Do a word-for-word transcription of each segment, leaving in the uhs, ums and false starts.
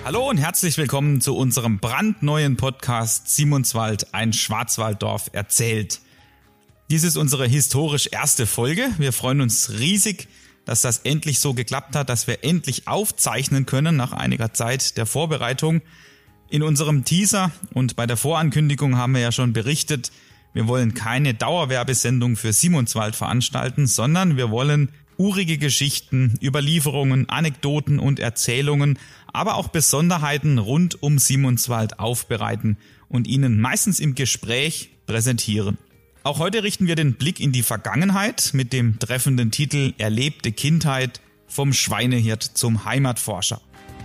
Hallo und herzlich willkommen zu unserem brandneuen Podcast Simonswald, ein Schwarzwalddorf erzählt. Dies ist unsere historisch erste Folge. Wir freuen uns riesig, dass das endlich so geklappt hat, dass wir endlich aufzeichnen können nach einiger Zeit der Vorbereitung. In unserem Teaser und bei der Vorankündigung haben wir ja schon berichtet, wir wollen keine Dauerwerbesendung für Simonswald veranstalten, sondern wir wollen urige Geschichten, Überlieferungen, Anekdoten und Erzählungen, aber auch Besonderheiten rund um Simonswald aufbereiten und Ihnen meistens im Gespräch präsentieren. Auch heute richten wir den Blick in die Vergangenheit mit dem treffenden Titel Erlebte Kindheit vom Schweinehirt zum Heimatforscher.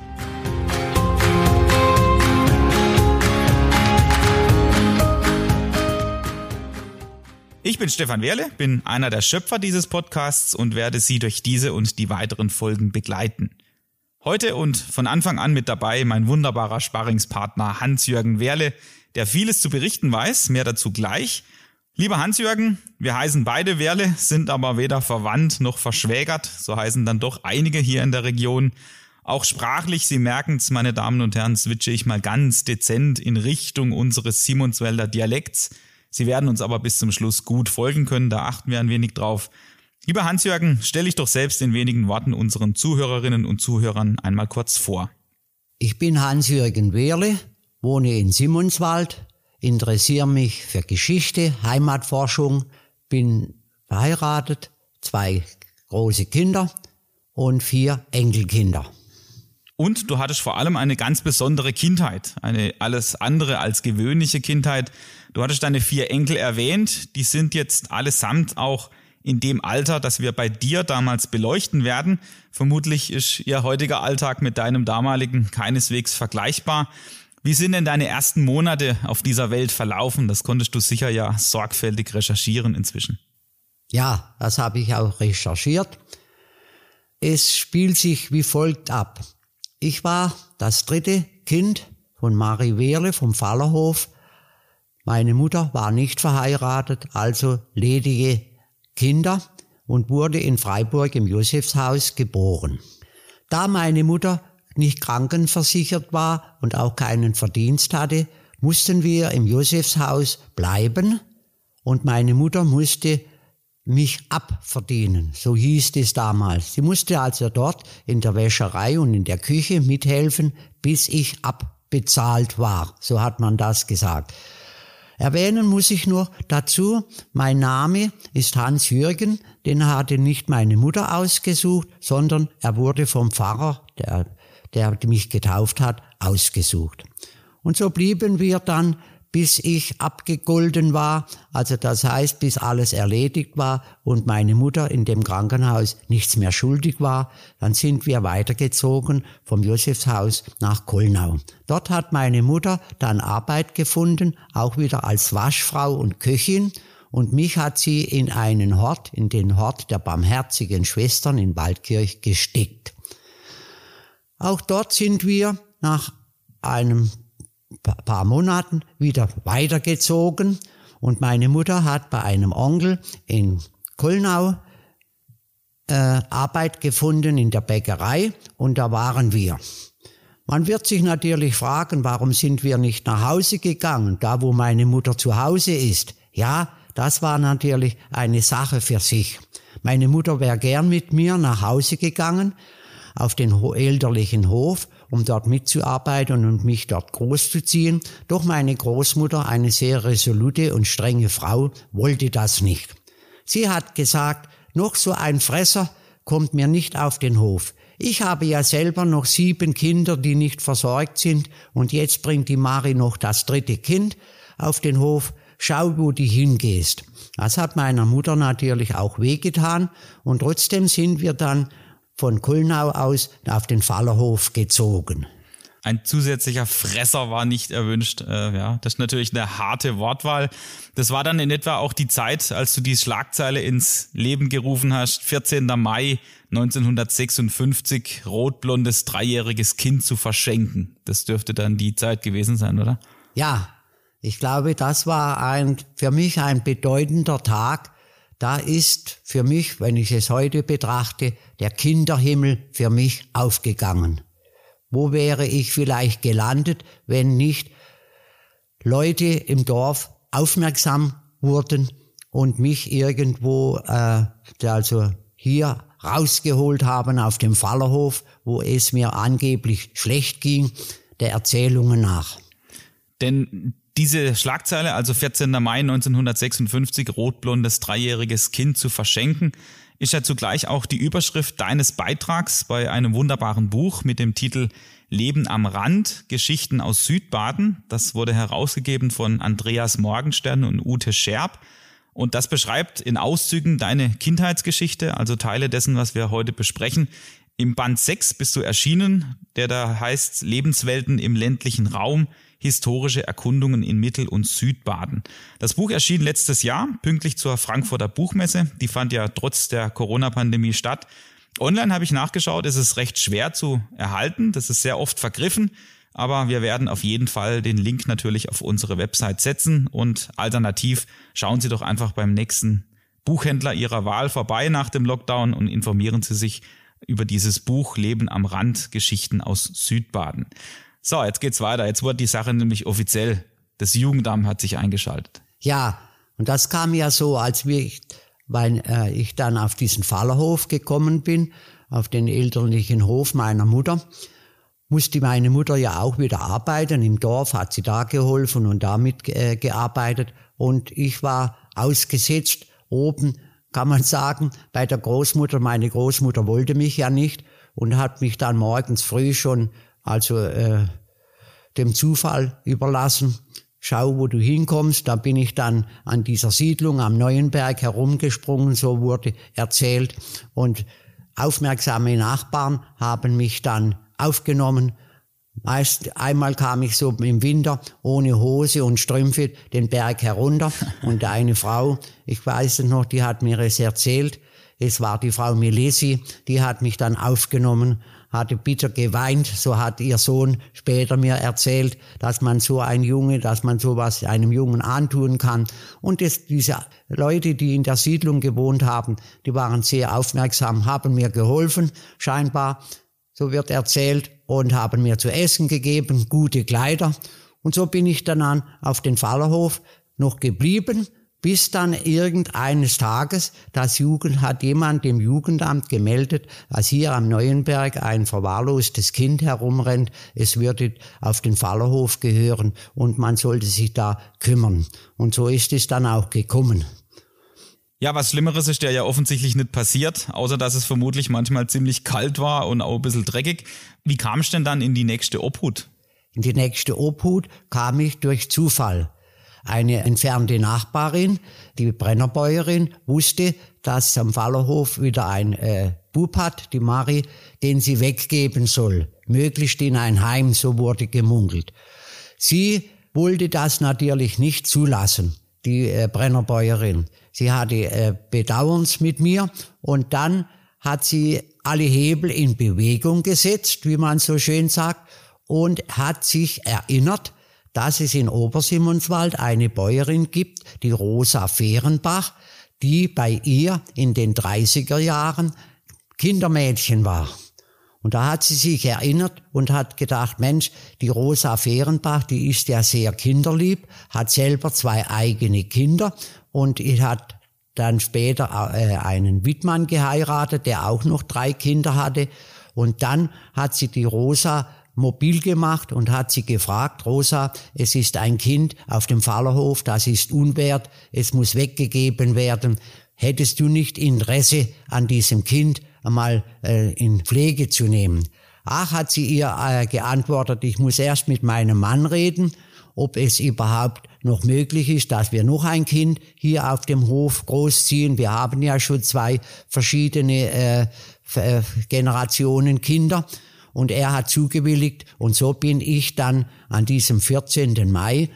Ich bin Stefan Wehrle, bin einer der Schöpfer dieses Podcasts und werde Sie durch diese und die weiteren Folgen begleiten. Heute und von Anfang an mit dabei mein wunderbarer Sparringspartner Hans-Jürgen Wehrle, der vieles zu berichten weiß, mehr dazu gleich. Lieber Hans-Jürgen, wir heißen beide Wehrle, sind aber weder verwandt noch verschwägert, so heißen dann doch einige hier in der Region. Auch sprachlich, Sie merken's, meine Damen und Herren, switche ich mal ganz dezent in Richtung unseres Simonswälder Dialekts. Sie werden uns aber bis zum Schluss gut folgen können, da achten wir ein wenig drauf. Lieber Hans-Jürgen, stell dich doch selbst in wenigen Worten unseren Zuhörerinnen und Zuhörern einmal kurz vor. Ich bin Hans-Jürgen Wehrle, wohne in Simonswald, interessiere mich für Geschichte, Heimatforschung, bin verheiratet, zwei große Kinder und vier Enkelkinder. Und du hattest vor allem eine ganz besondere Kindheit, eine alles andere als gewöhnliche Kindheit. Du hattest deine vier Enkel erwähnt, die sind jetzt allesamt auch in dem Alter, das wir bei dir damals beleuchten werden. Vermutlich ist ihr heutiger Alltag mit deinem damaligen keineswegs vergleichbar. Wie sind denn deine ersten Monate auf dieser Welt verlaufen? Das konntest du sicher ja sorgfältig recherchieren inzwischen. Ja, das habe ich auch recherchiert. Es spielt sich wie folgt ab. Ich war das dritte Kind von Marie Wehrle vom Fallerhof. Meine Mutter war nicht verheiratet, also ledige Kinder und wurde in Freiburg im Josefshaus geboren. Da meine Mutter nicht krankenversichert war und auch keinen Verdienst hatte, mussten wir im Josefshaus bleiben und meine Mutter musste mich abverdienen, so hieß es damals. Sie musste also dort in der Wäscherei und in der Küche mithelfen, bis ich abbezahlt war, so hat man das gesagt. Erwähnen muss ich nur dazu, mein Name ist Hans-Jürgen, den hatte nicht meine Mutter ausgesucht, sondern er wurde vom Pfarrer, der, der mich getauft hat, ausgesucht. Und so blieben wir dann, bis ich abgegolten war, also das heißt, bis alles erledigt war und meine Mutter in dem Krankenhaus nichts mehr schuldig war, dann sind wir weitergezogen vom Josefshaus nach Kollnau. Dort hat meine Mutter dann Arbeit gefunden, auch wieder als Waschfrau und Köchin, und mich hat sie in einen Hort, in den Hort der Barmherzigen Schwestern in Waldkirch gesteckt. Auch dort sind wir nach einem paar Monaten wieder weitergezogen und meine Mutter hat bei einem Onkel in Kollnau äh, Arbeit gefunden in der Bäckerei und da waren wir. Man wird sich natürlich fragen, warum sind wir nicht nach Hause gegangen, da wo meine Mutter zu Hause ist. Ja, das war natürlich eine Sache für sich. Meine Mutter wäre gern mit mir nach Hause gegangen, auf den elterlichen Hof, um dort mitzuarbeiten und mich dort großzuziehen. Doch meine Großmutter, eine sehr resolute und strenge Frau, wollte das nicht. Sie hat gesagt, noch so ein Fresser kommt mir nicht auf den Hof. Ich habe ja selber noch sieben Kinder, die nicht versorgt sind, und jetzt bringt die Mari noch das dritte Kind auf den Hof. Schau, wo du hingehst. Das hat meiner Mutter natürlich auch wehgetan, und trotzdem sind wir dann von Kollnau aus auf den Fallerhof gezogen. Ein zusätzlicher Fresser war nicht erwünscht. Äh, ja, das ist natürlich eine harte Wortwahl. Das war dann in etwa auch die Zeit, als du die Schlagzeile ins Leben gerufen hast. vierzehnter Mai neunzehnhundertsechsundfünfzig, rotblondes dreijähriges Kind zu verschenken. Das dürfte dann die Zeit gewesen sein, oder? Ja, ich glaube, das war ein für mich ein bedeutender Tag. Da ist für mich, wenn ich es heute betrachte, der Kinderhimmel für mich aufgegangen. wo wäre ich vielleicht gelandet, wenn nicht Leute im Dorf aufmerksam wurden und mich irgendwo äh, also hier rausgeholt haben auf dem Fallerhof, wo es mir angeblich schlecht ging, der Erzählungen nach. Denn diese Schlagzeile, also vierzehnter Mai neunzehnhundertsechsundfünfzig, rotblondes dreijähriges Kind zu verschenken, ist ja zugleich auch die Überschrift deines Beitrags bei einem wunderbaren Buch mit dem Titel Leben am Rand, Geschichten aus Südbaden. Das wurde herausgegeben von Andreas Morgenstern und Ute Scherb. Und das beschreibt in Auszügen deine Kindheitsgeschichte, also Teile dessen, was wir heute besprechen. Im Band sechs bist du erschienen, der da heißt Lebenswelten im ländlichen Raum, historische Erkundungen in Mittel- und Südbaden. Das Buch erschien letztes Jahr, pünktlich zur Frankfurter Buchmesse. Die fand ja trotz der Corona-Pandemie statt. Online habe ich nachgeschaut, es ist recht schwer zu erhalten, das ist sehr oft vergriffen, aber wir werden auf jeden Fall den Link natürlich auf unsere Website setzen und alternativ schauen Sie doch einfach beim nächsten Buchhändler Ihrer Wahl vorbei nach dem Lockdown und informieren Sie sich über dieses Buch Leben am Rand, Geschichten aus Südbaden. So, jetzt geht's weiter. Jetzt wurde die Sache nämlich offiziell. Das Jugendamt hat sich eingeschaltet. Ja, und das kam ja so, als wir, weil äh, ich dann auf diesen Fallerhof gekommen bin, auf den elterlichen Hof meiner Mutter, musste meine Mutter ja auch wieder arbeiten. Im Dorf hat sie da geholfen und damit äh, gearbeitet. Und ich war ausgesetzt oben, kann man sagen, bei der Großmutter. Meine Großmutter wollte mich ja nicht und hat mich dann morgens früh schon also äh, dem Zufall überlassen. Schau, wo du hinkommst. Da bin ich dann an dieser Siedlung am Neuenberg herumgesprungen, so wurde erzählt. Und aufmerksame Nachbarn haben mich dann aufgenommen. Meist einmal kam ich so im Winter ohne Hose und Strümpfe den Berg herunter. Und eine Frau, ich weiß es noch, die hat mir es erzählt. Es war die Frau Melessi, die hat mich dann aufgenommen, hatte bitter geweint. So hat ihr Sohn später mir erzählt, dass man so ein Junge, dass man sowas einem Jungen antun kann. Und das, diese Leute, die in der Siedlung gewohnt haben, die waren sehr aufmerksam, haben mir geholfen, scheinbar, so wird erzählt, und haben mir zu essen gegeben, gute Kleider. Und so bin ich dann an, auf den Fallerhof noch geblieben, bis dann irgendeines Tages das Jugend, hat jemand dem Jugendamt gemeldet, dass hier am Neuenberg ein verwahrlostes Kind herumrennt. Es würde auf den Fallerhof gehören und man sollte sich da kümmern. Und so ist es dann auch gekommen. Ja, was Schlimmeres ist ja ja offensichtlich nicht passiert, außer dass es vermutlich manchmal ziemlich kalt war und auch ein bisschen dreckig. Wie kamst du denn dann in die nächste Obhut? In die nächste Obhut kam ich durch Zufall. Eine entfernte Nachbarin, die Brennerbäuerin, wusste, dass am Fallerhof wieder ein äh, Bub hat, die Mari, den sie weggeben soll, möglichst in ein Heim, so wurde gemunkelt. Sie wollte das natürlich nicht zulassen, die äh, Brennerbäuerin. Sie hatte äh, Bedauerns mit mir und dann hat sie alle Hebel in Bewegung gesetzt, wie man so schön sagt, und hat sich erinnert, dass es in Obersimonswald eine Bäuerin gibt, die Rosa Fehrenbach, die bei ihr in den dreißiger Jahren Kindermädchen war. Und da hat sie sich erinnert und hat gedacht, Mensch, die Rosa Fehrenbach, die ist ja sehr kinderlieb, hat selber zwei eigene Kinder und hat dann später äh, einen Wittmann geheiratet, der auch noch drei Kinder hatte. Und dann hat sie die Rosa mobil gemacht und hat sie gefragt, Rosa, es ist ein Kind auf dem Fallerhof, das ist unwert, es muss weggegeben werden. Hättest du nicht Interesse an diesem Kind einmal äh, in Pflege zu nehmen? Ach, hat sie ihr äh, geantwortet, ich muss erst mit meinem Mann reden, ob es überhaupt noch möglich ist, dass wir noch ein Kind hier auf dem Hof großziehen. Wir haben ja schon zwei verschiedene äh, Generationen Kinder. Und er hat zugewilligt und so bin ich dann an diesem vierzehnten Mai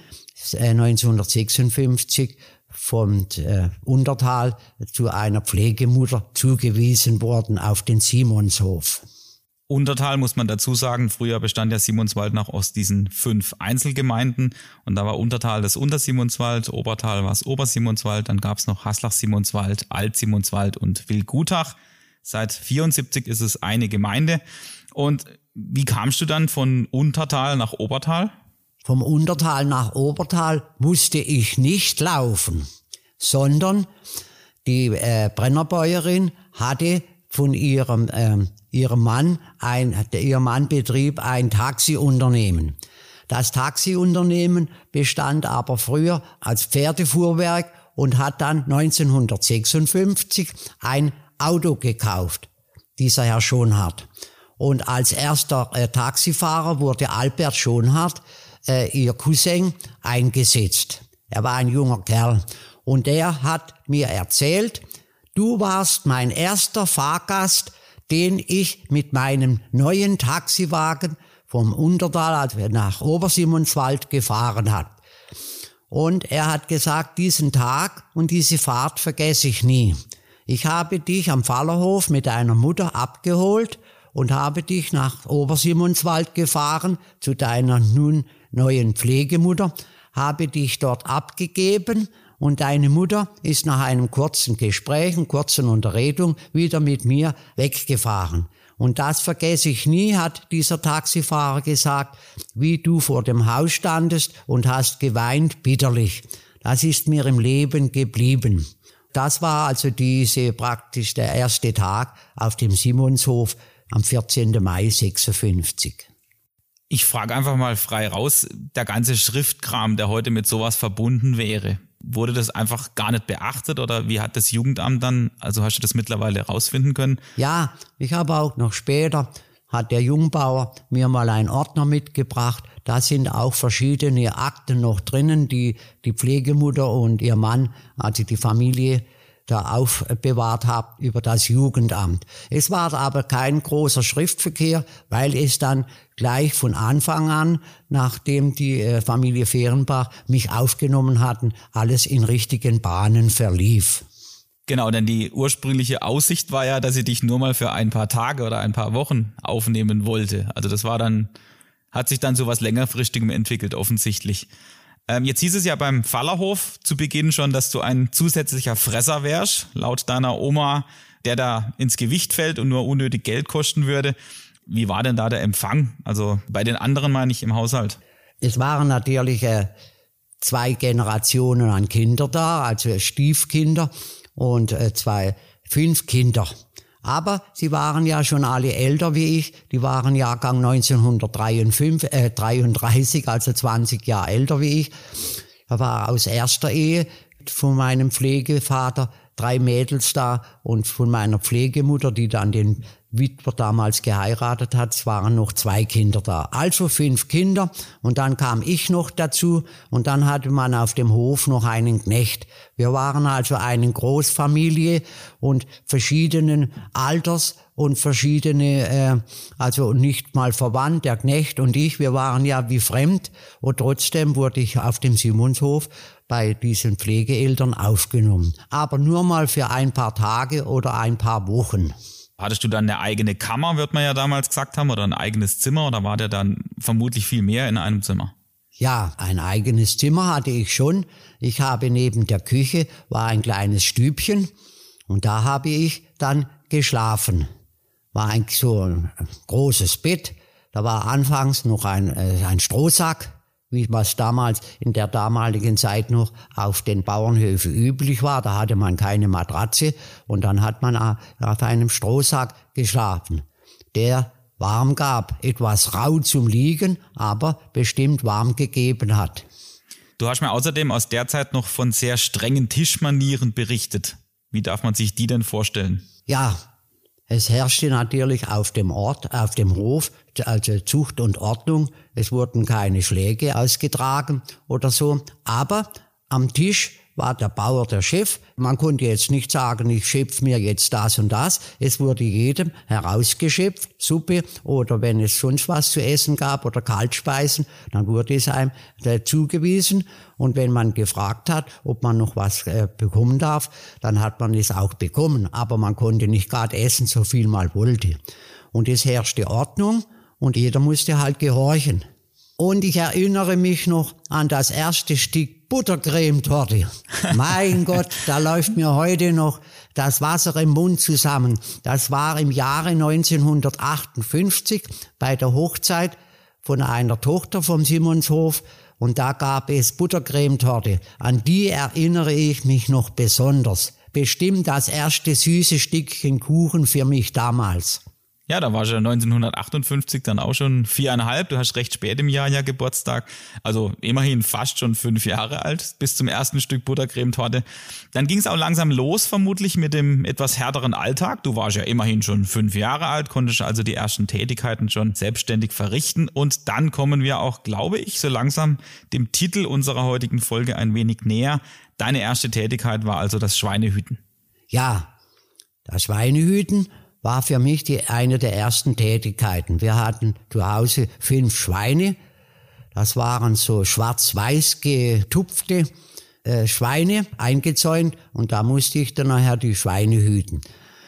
neunzehnhundertsechsundfünfzig vom äh, Untertal zu einer Pflegemutter zugewiesen worden auf den Simonshof. Untertal muss man dazu sagen, früher bestand ja Simonswald noch aus diesen fünf Einzelgemeinden und da war Untertal das Untersimonswald, Obertal war es Obersimonswald, dann gab es noch Haslach-Simonswald, Alt-Simonswald und Wildgutach. Seit vierundsiebzig ist es eine Gemeinde. Und Wie kamst du dann von Untertal nach Obertal? Vom Untertal nach Obertal musste ich nicht laufen, sondern die äh, Brennerbäuerin hatte von ihrem, äh, ihrem Mann, ein, ihr Mann betrieb ein Taxiunternehmen. Das Taxiunternehmen bestand aber früher als Pferdefuhrwerk und hat dann neunzehnhundertsechsundfünfzig ein Auto gekauft, dieser Herr Schonhardt. Und als erster äh, Taxifahrer wurde Albert Schonhardt, äh, ihr Cousin, eingesetzt. Er war ein junger Kerl. Und der hat mir erzählt, du warst mein erster Fahrgast, den ich mit meinem neuen Taxiwagen vom Untertal nach Obersimonswald gefahren hat. Und er hat gesagt, diesen Tag und diese Fahrt vergesse ich nie. Ich habe dich am Fallerhof mit deiner Mutter abgeholt und habe dich nach Obersimonswald gefahren zu deiner nun neuen Pflegemutter, habe dich dort abgegeben und deine Mutter ist nach einem kurzen Gespräch, einer kurzen Unterredung wieder mit mir weggefahren. Und das vergesse ich nie, hat dieser Taxifahrer gesagt, wie du vor dem Haus standest und hast geweint bitterlich. Das ist mir im Leben geblieben. Das war also diese praktisch der erste Tag auf dem Simonshof am vierzehnten Mai sechsundfünfzig. Ich frage einfach mal frei raus, der ganze Schriftkram, der heute mit sowas verbunden wäre, wurde das einfach gar nicht beachtet oder wie hat das Jugendamt dann, also hast du das mittlerweile rausfinden können? Ja, ich habe auch noch später, hat der Jungbauer mir mal einen Ordner mitgebracht, da sind auch verschiedene Akten noch drinnen, die die Pflegemutter und ihr Mann, also die Familie, da aufbewahrt habt über das Jugendamt. Es war aber kein großer Schriftverkehr, weil es dann gleich von Anfang an, nachdem die äh, Familie Fehrenbach mich aufgenommen hatten, alles in richtigen Bahnen verlief. Genau, denn die ursprüngliche Aussicht war ja, dass sie dich nur mal für ein paar Tage oder ein paar Wochen aufnehmen wollte. Also das war dann, hat sich dann so was längerfristigem entwickelt, offensichtlich. Ähm, jetzt hieß es ja beim Fallerhof zu Beginn schon, dass du ein zusätzlicher Fresser wärst, laut deiner Oma, der da ins Gewicht fällt und nur unnötig Geld kosten würde. Wie war denn da der Empfang? Also bei den anderen meine ich im Haushalt. Es waren natürlich äh, zwei Generationen an Kinder da, also Stiefkinder und äh, zwei, fünf Kinder. Aber sie waren ja schon alle älter wie ich. Die waren Jahrgang neunzehnhundertdreiunddreißig, also zwanzig Jahre älter wie ich. Da war aus erster Ehe von meinem Pflegevater drei Mädels da und von meiner Pflegemutter, die dann den Witwer damals geheiratet hat, es waren noch zwei Kinder da. Also fünf Kinder und dann kam ich noch dazu und dann hatte man auf dem Hof noch einen Knecht. Wir waren also eine Großfamilie und verschiedenen Alters und verschiedene, äh, also nicht mal verwandt, der Knecht und ich, wir waren ja wie fremd und trotzdem wurde ich auf dem Simonshof bei diesen Pflegeeltern aufgenommen. Aber nur mal für ein paar Tage oder ein paar Wochen. Hattest du dann eine eigene Kammer, wird man ja damals gesagt haben, oder ein eigenes Zimmer oder war der dann vermutlich viel mehr in einem Zimmer? Ja, ein eigenes Zimmer hatte ich schon. Ich habe neben der Küche war ein kleines Stübchen und da habe ich dann geschlafen. War ein so ein großes Bett, da war anfangs noch ein, äh, ein Strohsack, wie was damals in der damaligen Zeit noch auf den Bauernhöfen üblich war. Da hatte man keine Matratze und dann hat man auf einem Strohsack geschlafen, der warm gab, etwas rau zum Liegen, aber bestimmt warm gegeben hat. Du hast mir außerdem aus der Zeit noch von sehr strengen Tischmanieren berichtet. Wie darf man sich die denn vorstellen? Ja, es herrschte natürlich auf dem Ort, auf dem Hof, also Zucht und Ordnung. Es wurden keine Schläge ausgetragen oder so. Aber am Tisch war der Bauer der Chef. Man konnte jetzt nicht sagen, ich schöpfe mir jetzt das und das. Es wurde jedem herausgeschöpft, Suppe oder wenn es sonst was zu essen gab oder Kaltspeisen, dann wurde es einem zugewiesen. Und wenn man gefragt hat, ob man noch was äh, bekommen darf, dann hat man es auch bekommen. Aber man konnte nicht gerade essen, so viel man wollte. Und es herrschte Ordnung und jeder musste halt gehorchen. Und ich erinnere mich noch an das erste Stück Buttercremetorte. Mein Gott, da läuft mir heute noch das Wasser im Mund zusammen. Das war im Jahre neunzehnhundertachtundfünfzig bei der Hochzeit von einer Tochter vom Simonshof. Und da gab es Buttercremetorte. An die erinnere ich mich noch besonders. Bestimmt das erste süße Stückchen Kuchen für mich damals. Ja, da war ja neunzehnhundertachtundfünfzig dann auch schon viereinhalb. Du hast recht spät im Jahr ja Geburtstag. Also immerhin fast schon fünf Jahre alt bis zum ersten Stück Buttercremetorte. Dann ging es auch langsam los, vermutlich mit dem etwas härteren Alltag. Du warst ja immerhin schon fünf Jahre alt, konntest also die ersten Tätigkeiten schon selbstständig verrichten. Und dann kommen wir auch, glaube ich, so langsam dem Titel unserer heutigen Folge ein wenig näher. Deine erste Tätigkeit war also das Schweinehüten. Ja, das Schweinehüten war für mich die eine der ersten Tätigkeiten. Wir hatten zu Hause fünf Schweine. Das waren so schwarz-weiß getupfte äh, Schweine, eingezäunt. Und da musste ich dann nachher die Schweine hüten.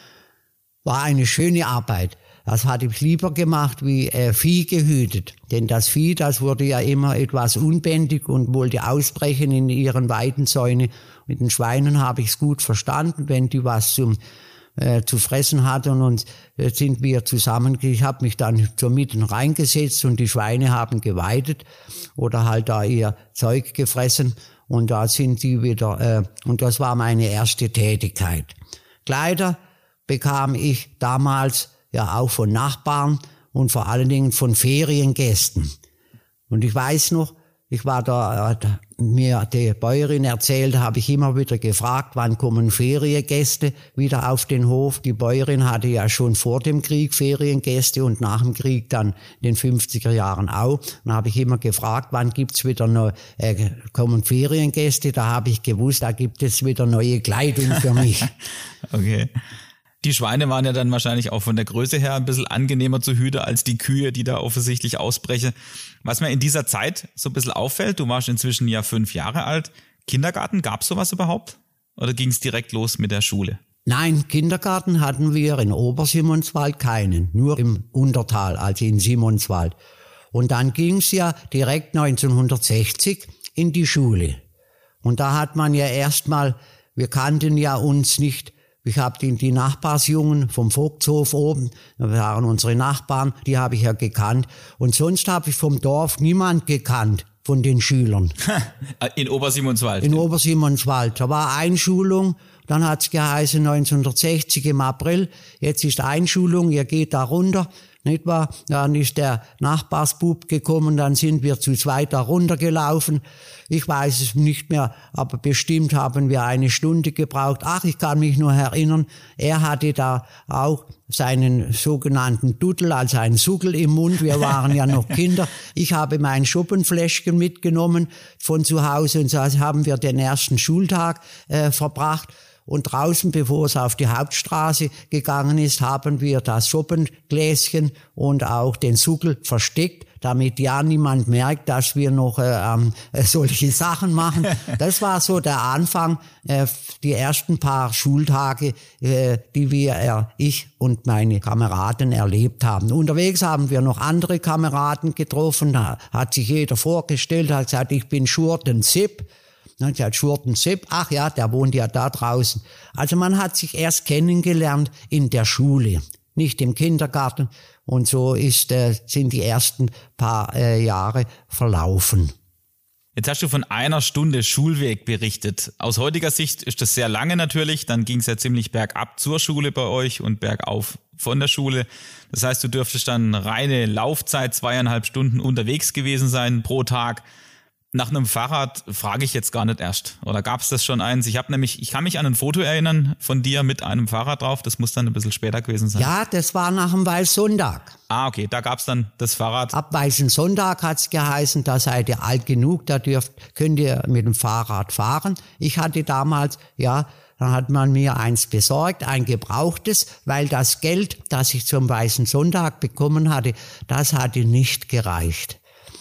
War eine schöne Arbeit. Das hatte ich lieber gemacht wie äh, Vieh gehütet. Denn das Vieh, das wurde ja immer etwas unbändig und wollte ausbrechen in ihren Weidenzäune. Mit den Schweinen habe ich es gut verstanden, wenn die was zum Äh, zu fressen hatten, und äh, sind wir zusammen, ich habe mich dann zur Mitte reingesetzt und die Schweine haben geweidet oder halt da ihr Zeug gefressen, und da sind die wieder, äh, und das war meine erste Tätigkeit. Kleider bekam ich damals ja auch von Nachbarn und vor allen Dingen von Feriengästen. Und ich weiß noch, ich war da, äh, mir die Bäuerin erzählt, habe ich immer wieder gefragt, wann kommen Feriengäste wieder auf den Hof. Die Bäuerin hatte ja schon vor dem Krieg Feriengäste und nach dem Krieg dann in den fünfziger Jahren auch. Dann habe ich immer gefragt, wann gibt's wieder noch, äh, kommen Feriengäste. Da habe ich gewusst, da gibt es wieder neue Kleidung für mich. Okay. Die Schweine waren ja dann wahrscheinlich auch von der Größe her ein bisschen angenehmer zu hüten als die Kühe, die da offensichtlich ausbrechen. Was mir in dieser Zeit so ein bisschen auffällt, du warst inzwischen ja fünf Jahre alt. Kindergarten, gab's sowas überhaupt? Oder ging's direkt los mit der Schule? Nein, Kindergarten hatten wir in Obersimonswald keinen, nur im Untertal, also in Simonswald. Und dann ging's ja direkt neunzehnhundertsechzig in die Schule. Und da hat man ja erstmal, wir kannten ja uns nicht. Ich habe die, die Nachbarsjungen vom Vogtshof oben, das waren unsere Nachbarn, die habe ich ja gekannt. Und sonst habe ich vom Dorf niemand gekannt von den Schülern. In Obersimonswald? In Obersimonswald. Da war Einschulung, dann hat's geheißen neunzehnhundertsechzig im April, jetzt ist Einschulung, ihr geht da runter. Nicht wahr? Dann ist der Nachbarsbub gekommen, dann sind wir zu zweit da runtergelaufen. Ich weiß es nicht mehr, aber bestimmt haben wir eine Stunde gebraucht. Ach, ich kann mich nur erinnern, er hatte da auch seinen sogenannten Dudel, also einen Suckel im Mund. Wir waren ja noch Kinder. Ich habe mein Schuppenfläschchen mitgenommen von zu Hause, und so haben wir den ersten Schultag äh, verbracht. Und draußen, bevor es auf die Hauptstraße gegangen ist, haben wir das Suppengläschen und auch den Suckel versteckt, damit ja niemand merkt, dass wir noch äh, äh, solche Sachen machen. Das war so der Anfang, äh, die ersten paar Schultage, äh, die wir, äh, ich und meine Kameraden erlebt haben. Unterwegs haben wir noch andere Kameraden getroffen, da hat sich jeder vorgestellt, hat gesagt, ich bin Schurten Sipp. Der hat Schurten Sepp, ach ja, der wohnt ja da draußen. Also man hat sich erst kennengelernt in der Schule, nicht im Kindergarten. Und so ist, äh, sind die ersten paar äh, Jahre verlaufen. Jetzt hast du von einer Stunde Schulweg berichtet. Aus heutiger Sicht ist das sehr lange natürlich. Dann ging es ja ziemlich bergab zur Schule bei euch und bergauf von der Schule. Das heißt, du dürftest dann reine Laufzeit zweieinhalb Stunden unterwegs gewesen sein pro Tag. Nach einem Fahrrad frage ich jetzt gar nicht erst. Oder gab es das schon eins? Ich habe nämlich, ich kann mich an ein Foto erinnern von dir mit einem Fahrrad drauf. Das muss dann ein bisschen später gewesen sein. Ja, das war nach dem Weißsonntag. Ah, okay, da gab's dann das Fahrrad. Ab Weißensonntag hat's geheißen, da seid ihr alt genug, da dürft, könnt ihr mit dem Fahrrad fahren. Ich hatte damals, ja, dann hat man mir eins besorgt, ein gebrauchtes, weil das Geld, das ich zum Weißensonntag bekommen hatte, das hatte nicht gereicht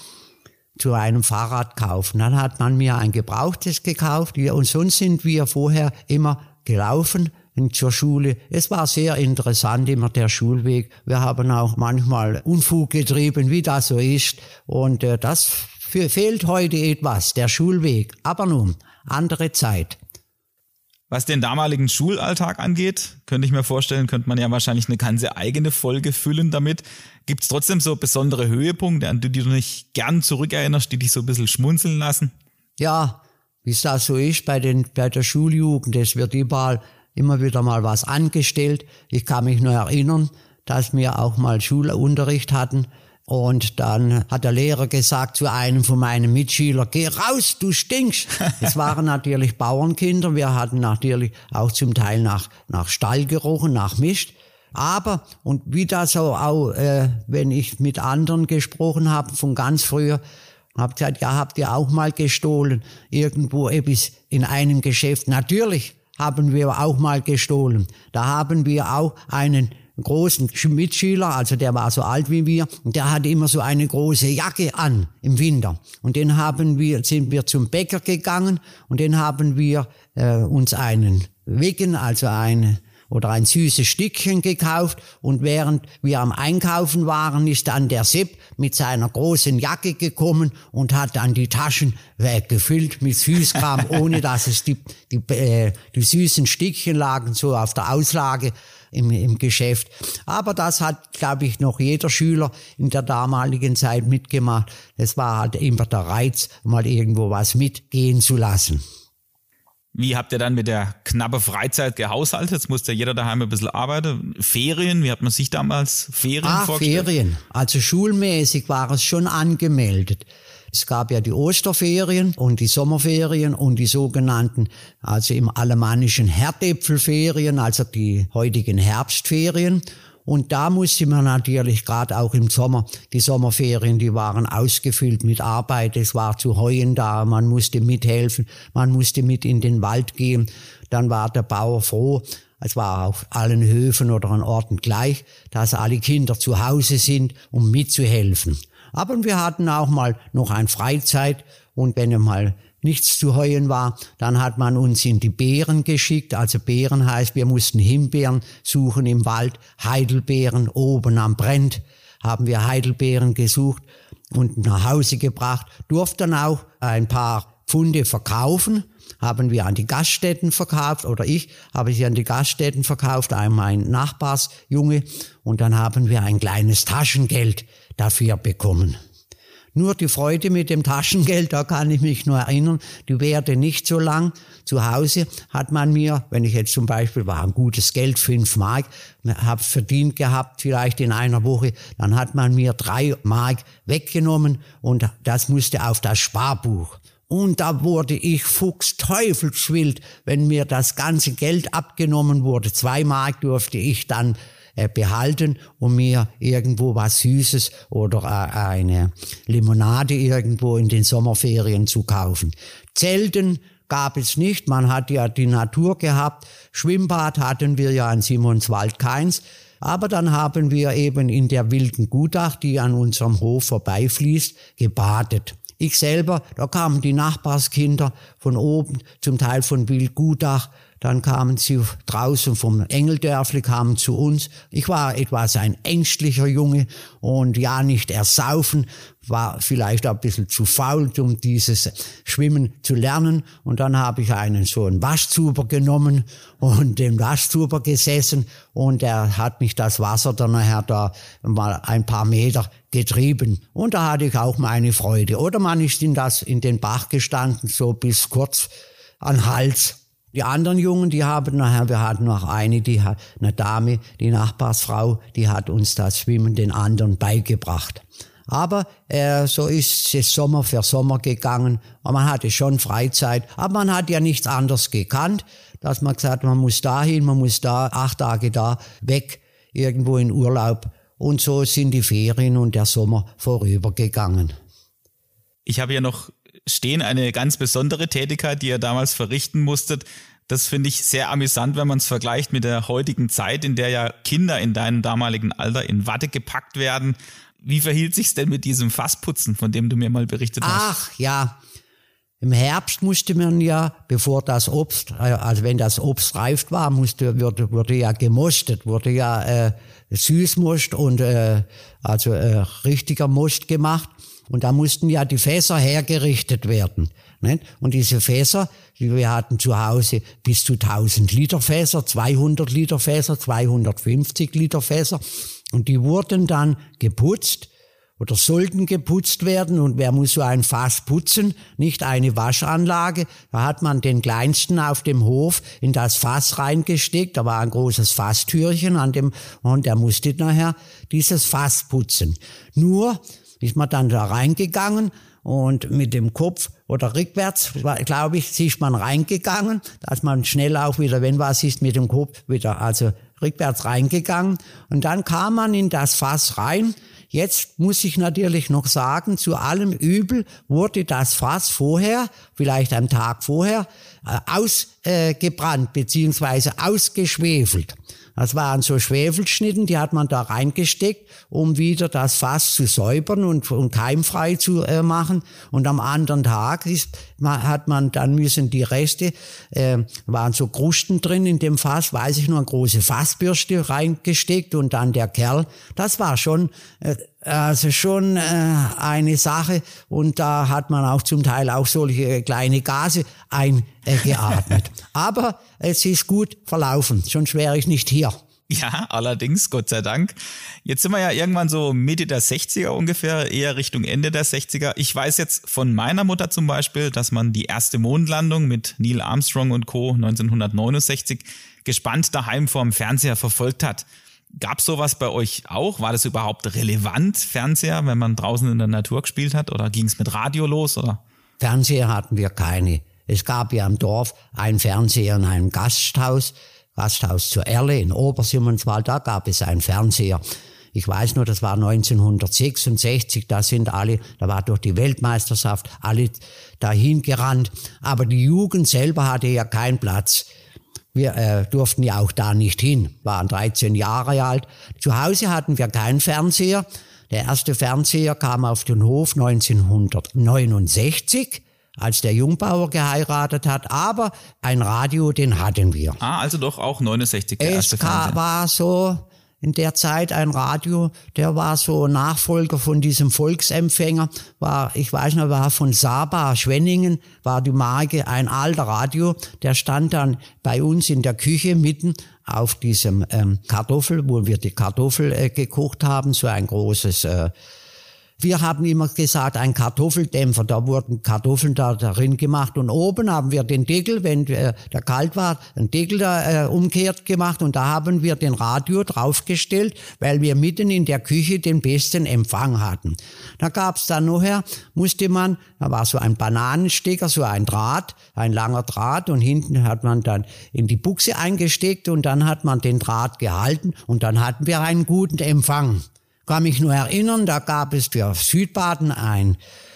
zu einem Fahrrad kaufen. Dann hat man mir ein gebrauchtes gekauft, und sonst sind wir vorher immer gelaufen, zur Schule. Es war sehr interessant immer der Schulweg. Wir haben auch manchmal Unfug getrieben, wie das so ist. Und äh, das fehlt heute etwas, der Schulweg. Aber nun, andere Zeit. Was den damaligen Schulalltag angeht, könnte ich mir vorstellen, könnte man ja wahrscheinlich eine ganze eigene Folge füllen damit. Gibt es trotzdem so besondere Höhepunkte, an die du dich gern zurückerinnerst, die dich so ein bisschen schmunzeln lassen? Ja, wie es das so ist bei, den, bei der Schuljugend, es wird überall immer wieder mal was angestellt. Ich kann mich nur erinnern, dass wir auch mal Schulunterricht hatten. Und dann hat der Lehrer gesagt zu einem von meinen Mitschülern, geh raus, du stinkst. Es waren natürlich Bauernkinder, wir hatten natürlich auch zum Teil nach, nach Stall gerochen, nach Mist. Aber, und wie das so auch, äh, wenn ich mit anderen gesprochen habe, von ganz früher, habe gesagt, ja, habt ihr auch mal gestohlen, irgendwo etwas in einem Geschäft? Natürlich haben wir auch mal gestohlen. Da haben wir auch einen großen Mitschüler, also der war so alt wie wir, und der hatte immer so eine große Jacke an im Winter. Und den haben wir, sind wir zum Bäcker gegangen und den haben wir äh, uns einen Weggen, also eine oder ein süßes Stückchen gekauft, und während wir am Einkaufen waren, ist dann der Sepp mit seiner großen Jacke gekommen und hat dann die Taschen weggefüllt mit Süßkram, ohne dass es die, die, äh, die süßen Stückchen lagen, so auf der Auslage im, im Geschäft. Aber das hat, glaube ich, noch jeder Schüler in der damaligen Zeit mitgemacht. Es war halt immer der Reiz, mal irgendwo was mitgehen zu lassen. Wie habt ihr dann mit der knappen Freizeit gehaushaltet? Jetzt musste jeder daheim ein bisschen arbeiten. Ferien, wie hat man sich damals Ferien ah, vorgestellt? Ferien. Also schulmäßig war es schon angemeldet. Es gab ja die Osterferien und die Sommerferien und die sogenannten, also im alemannischen Herdäpfelferien, also die heutigen Herbstferien. Und da musste man natürlich gerade auch im Sommer, die Sommerferien, die waren ausgefüllt mit Arbeit, es war zu heuen da, man musste mithelfen, man musste mit in den Wald gehen. Dann war der Bauer froh, es war auf allen Höfen oder an Orten gleich, dass alle Kinder zu Hause sind, um mitzuhelfen. Aber wir hatten auch mal noch eine Freizeit, und wenn mal nichts zu heuen war, dann hat man uns in die Beeren geschickt. Also Beeren heißt, wir mussten Himbeeren suchen im Wald, Heidelbeeren oben am Brent haben wir Heidelbeeren gesucht und nach Hause gebracht, durften auch ein paar Pfunde verkaufen, haben wir an die Gaststätten verkauft, oder ich habe sie an die Gaststätten verkauft, einmal ein Nachbarsjunge, und dann haben wir ein kleines Taschengeld dafür bekommen. Nur die Freude mit dem Taschengeld, da kann ich mich nur erinnern, die währte nicht so lang. Zu Hause hat man mir, wenn ich jetzt zum Beispiel, war ein gutes Geld, fünf Mark, habe verdient gehabt, vielleicht in einer Woche, dann hat man mir drei Mark weggenommen, und das musste auf das Sparbuch. Und da wurde ich fuchsteufelswild, wenn mir das ganze Geld abgenommen wurde. Zwei Mark durfte ich dann behalten, um mir irgendwo was Süßes oder eine Limonade irgendwo in den Sommerferien zu kaufen. Zelten gab es nicht, man hat ja die Natur gehabt. Schwimmbad hatten wir ja in Simonswald keins. Aber dann haben wir eben in der wilden Gutach, die an unserem Hof vorbeifließt, gebadet. Ich selber, da kamen die Nachbarskinder von oben, zum Teil von Wildgutach, dann kamen sie draußen vom Engeldörfli, kamen zu uns. Ich war etwas ein ängstlicher Junge und ja, nicht ersaufen, war vielleicht auch ein bisschen zu faul, um dieses Schwimmen zu lernen. Und dann habe ich einen so einen Waschzuber genommen und den Waschzuber gesessen, und er hat mich das Wasser dann nachher da mal ein paar Meter getrieben. Und da hatte ich auch meine Freude. Oder man ist in das, in den Bach gestanden, so bis kurz an Hals. Die anderen Jungen, die haben nachher, wir hatten noch eine, die hat, eine Dame, die Nachbarsfrau, die hat uns das Schwimmen den anderen beigebracht. Aber äh, so ist es Sommer für Sommer gegangen. Und man hatte schon Freizeit, aber man hat ja nichts anderes gekannt, dass man gesagt hat, man muss dahin, man muss da, acht Tage da, weg, irgendwo in Urlaub. Und so sind die Ferien und der Sommer vorübergegangen. Ich habe ja noch stehen eine ganz besondere Tätigkeit, die ihr damals verrichten musstet. Das finde ich sehr amüsant, wenn man es vergleicht mit der heutigen Zeit, in der ja Kinder in deinem damaligen Alter in Watte gepackt werden. Wie verhielt sich's denn mit diesem Fassputzen, von dem du mir mal berichtet hast? Ach ja, Im Herbst musste man ja, bevor das Obst, also wenn das Obst reif war, musste, wurde, wurde ja gemostet, wurde ja äh, Süßmost und äh, also äh, richtiger Most gemacht. Und da mussten ja die Fässer hergerichtet werden. Nicht? Und diese Fässer, wir hatten zu Hause bis zu tausend Liter Fässer, zweihundert Liter Fässer, zweihundertfünfzig Liter Fässer. Und die wurden dann geputzt oder sollten geputzt werden. Und wer muss so ein Fass putzen? Nicht eine Waschanlage. Da hat man den Kleinsten auf dem Hof in das Fass reingesteckt. Da war ein großes Fasstürchen an dem, und der musste nachher dieses Fass putzen. Nur ist man dann da reingegangen und mit dem Kopf oder rückwärts, glaube ich, ist man reingegangen, dass man schnell auch wieder, wenn was ist, mit dem Kopf wieder, also rückwärts reingegangen. Und dann kam man in das Fass rein. Jetzt muss ich natürlich noch sagen, zu allem Übel wurde das Fass vorher, vielleicht einen Tag vorher, ausgebrannt beziehungsweise ausgeschwefelt. Das waren so Schwefelschnitten, die hat man da reingesteckt, um wieder das Fass zu säubern und, und keimfrei zu äh, machen. Und am anderen Tag ist, hat man dann müssen die Reste, äh, waren so Krusten drin in dem Fass, weiß ich nur, eine große Fassbürste reingesteckt und dann der Kerl. Das war schon, äh, also schon äh, eine Sache. Und da hat man auch zum Teil auch solche kleine Gase eingeatmet. Aber es ist gut verlaufen, sonst wäre ich nicht hier. Ja, allerdings, Gott sei Dank. Jetzt sind wir ja irgendwann so Mitte der sechziger ungefähr, eher Richtung Ende der sechziger. Ich weiß jetzt von meiner Mutter zum Beispiel, dass man die erste Mondlandung mit Neil Armstrong und Co. neunzehnhundertneunundsechzig gespannt daheim vorm Fernseher verfolgt hat. Gab's sowas bei euch auch? War das überhaupt relevant, Fernseher, wenn man draußen in der Natur gespielt hat? Oder ging's mit Radio los? Oder? Fernseher hatten wir keine. Es gab ja im Dorf einen Fernseher in einem Gasthaus, Gasthaus zur Erle in Obersimmental, da gab es einen Fernseher. Ich weiß nur, das war neunzehnhundertsechsundsechzig, da sind alle, da war durch die Weltmeisterschaft alle dahin gerannt. Aber die Jugend selber hatte ja keinen Platz. Wir äh, durften ja auch da nicht hin, waren dreizehn Jahre alt. Zu Hause hatten wir keinen Fernseher. Der erste Fernseher kam auf den Hof neunzehnhundertneunundsechzig, als der Jungbauer geheiratet hat. Aber ein Radio, den hatten wir. Ah, also doch auch neunundsechzig der erste Fernseher. Es war so in der Zeit ein Radio, der war so Nachfolger von diesem Volksempfänger, war, ich weiß noch, war von Saba, Schwenningen, war die Marke, ein alter Radio, der stand dann bei uns in der Küche mitten auf diesem ähm, Kartoffel, wo wir die Kartoffel äh, gekocht haben, so ein großes, äh, wir haben immer gesagt, ein Kartoffeldämpfer, da wurden Kartoffeln da darin gemacht und oben haben wir den Deckel, wenn äh, der kalt war, einen Deckel da äh, umkehrt gemacht und da haben wir den Radio draufgestellt, weil wir mitten in der Küche den besten Empfang hatten. Da gab's dann nachher, musste man, da war so ein Bananenstecker, so ein Draht, ein langer Draht und hinten hat man dann in die Buchse eingesteckt und dann hat man den Draht gehalten und dann hatten wir einen guten Empfang. Kann mich nur erinnern, da gab es für Südbaden ein,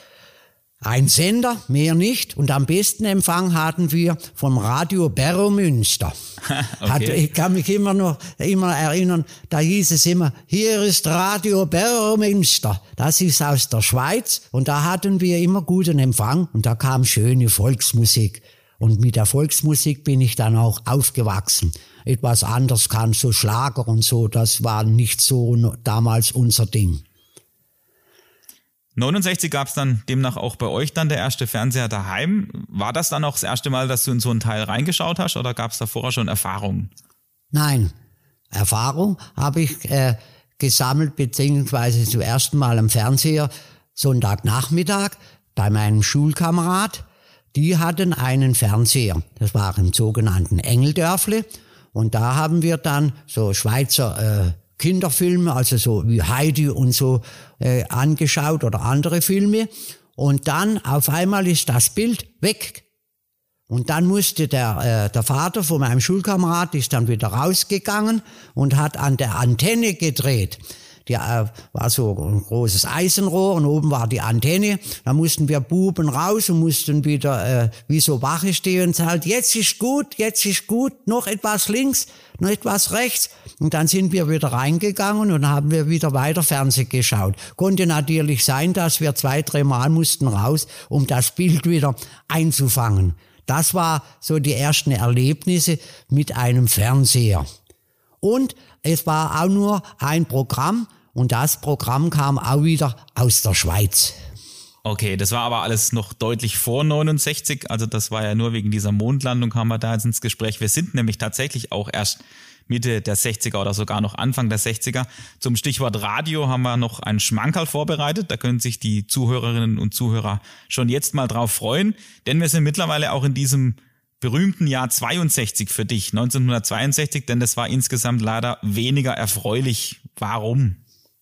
ein Sender, mehr nicht. Und am besten Empfang hatten wir vom Radio Beromünster. Okay. Hat, ich kann mich immer noch immer erinnern, da hieß es immer, hier ist Radio Beromünster. Das ist aus der Schweiz und da hatten wir immer guten Empfang und da kam schöne Volksmusik. Und mit der Volksmusik bin ich dann auch aufgewachsen. Etwas anders kam so Schlager und so, das war nicht so damals unser Ding. neunundsechzig gab es dann demnach auch bei euch dann der erste Fernseher daheim. War das dann auch das erste Mal, dass du in so einen Teil reingeschaut hast oder gab es da vorher schon Erfahrungen? Nein, Erfahrung habe ich äh, gesammelt, beziehungsweise zum ersten Mal am Fernseher Sonntagnachmittag bei meinem Schulkamerad. Die hatten einen Fernseher, das war im sogenannten Engeldörfle. Und da haben wir dann so Schweizer äh, Kinderfilme, also so wie Heidi und so äh, angeschaut oder andere Filme. Und dann auf einmal ist das Bild weg. Und dann musste der, äh, der Vater von meinem Schulkamerad ist dann wieder rausgegangen und hat an der Antenne gedreht. Die äh, war so ein großes Eisenrohr und oben war die Antenne. Da mussten wir Buben raus und mussten wieder äh, wie so Wache stehen und halt, jetzt ist gut, jetzt ist gut, noch etwas links, noch etwas rechts. Und dann sind wir wieder reingegangen und haben wir wieder weiter Fernsehen geschaut. Konnte natürlich sein, dass wir zwei, dreimal mussten raus, um das Bild wieder einzufangen. Das war so die ersten Erlebnisse mit einem Fernseher. Und es war auch nur ein Programm und das Programm kam auch wieder aus der Schweiz. Okay, das war aber alles noch deutlich vor neunundsechzig, also das war ja nur wegen dieser Mondlandung, kamen wir da jetzt ins Gespräch. Wir sind nämlich tatsächlich auch erst Mitte der sechziger oder sogar noch Anfang der sechziger. Zum Stichwort Radio haben wir noch einen Schmankerl vorbereitet, da können sich die Zuhörerinnen und Zuhörer schon jetzt mal drauf freuen, denn wir sind mittlerweile auch in diesem berühmten Jahr zweiundsechzig für dich, neunzehnhundertzweiundsechzig, denn das war insgesamt leider weniger erfreulich. Warum?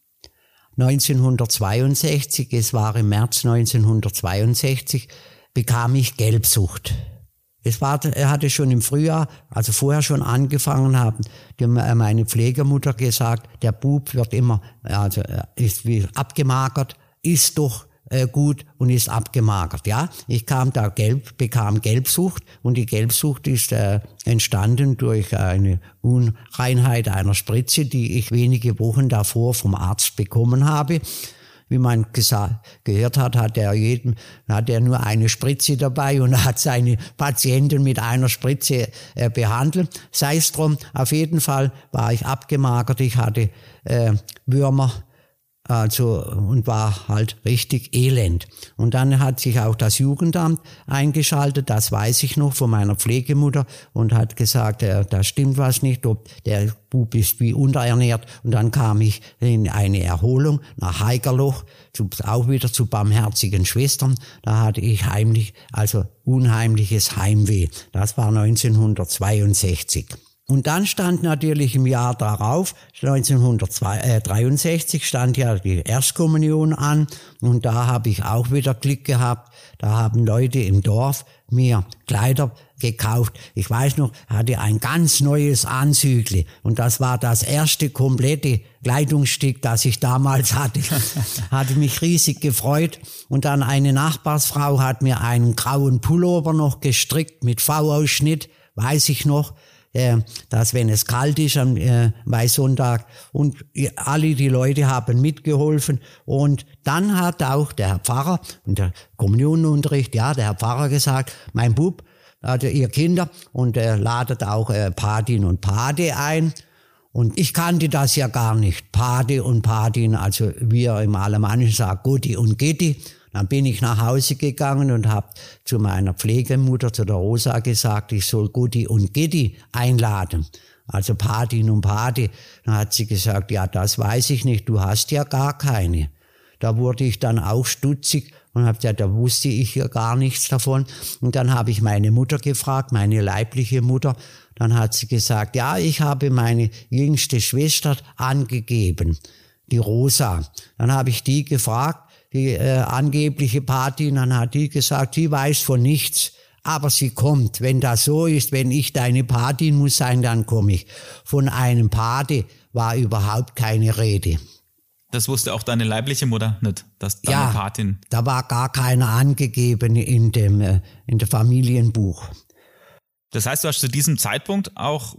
neunzehnhundertzweiundsechzig, es war im März neunzehnhundertzweiundsechzig, bekam ich Gelbsucht. Es war, er hatte schon im Frühjahr, also vorher schon angefangen, haben die, meine Pflegemutter gesagt, der Bub wird immer, also ist wie abgemagert, ist doch äh, gut und ist abgemagert. Ja, ich kam da gelb, bekam Gelbsucht und die Gelbsucht ist äh, entstanden durch eine Unreinheit einer Spritze, die ich wenige Wochen davor vom Arzt bekommen habe. Wie man gesagt, gehört hat, hat er jeden, hat er nur eine Spritze dabei und hat seine Patienten mit einer Spritze äh, behandelt. Sei es drum, auf jeden Fall war ich abgemagert, ich hatte äh, Würmer, also, und war halt richtig elend. Und dann hat sich auch das Jugendamt eingeschaltet, das weiß ich noch von meiner Pflegemutter, und hat gesagt, äh, da stimmt was nicht, ob der Bub ist wie unterernährt. Und dann kam ich in eine Erholung nach Haigerloch, zu, auch wieder zu barmherzigen Schwestern. Da hatte ich heimlich, also unheimliches Heimweh. Das war neunzehnhundertzweiundsechzig. Und dann stand natürlich im Jahr darauf, neunzehnhundertdreiundsechzig, stand ja die Erstkommunion an und da habe ich auch wieder Glück gehabt. Da haben Leute im Dorf mir Kleider gekauft. Ich weiß noch, ich hatte ein ganz neues Anzügli und das war das erste komplette Kleidungsstück, das ich damals hatte. Hatte mich riesig gefreut und dann eine Nachbarsfrau hat mir einen grauen Pullover noch gestrickt mit V-Ausschnitt, weiß ich noch. Dass wenn es kalt ist am äh, Weihsonntag und alle die Leute haben mitgeholfen und dann hat auch der Herr Pfarrer und der Kommunionunterricht, ja, der Herr Pfarrer gesagt, mein Bub, also ihr Kinder und er äh, ladet auch äh, Patin und Pate ein und ich kannte das ja gar nicht, Pate und Patin, also wie er im Alemannischen sagt, Gutti und Gitti. Dann bin ich nach Hause gegangen und habe zu meiner Pflegemutter, zu der Rosa, gesagt, ich soll Gutti und Gitti einladen. Also Patin und Pate. Dann hat sie gesagt, ja, das weiß ich nicht, du hast ja gar keine. Da wurde ich dann auch stutzig und habe gesagt, da wusste ich ja gar nichts davon. Und dann habe ich meine Mutter gefragt, meine leibliche Mutter. Dann hat sie gesagt, ja, ich habe meine jüngste Schwester angegeben, die Rosa. Dann habe ich die gefragt, die äh, angebliche Patin, dann hat die gesagt, sie weiß von nichts, aber sie kommt. Wenn das so ist, wenn ich deine Patin muss sein, dann komme ich. Von einem Pate war überhaupt keine Rede. Das wusste auch deine leibliche Mutter nicht, dass deine ja, Patin... da war gar keiner angegeben in dem äh, in dem Familienbuch. Das heißt, du hast zu diesem Zeitpunkt auch...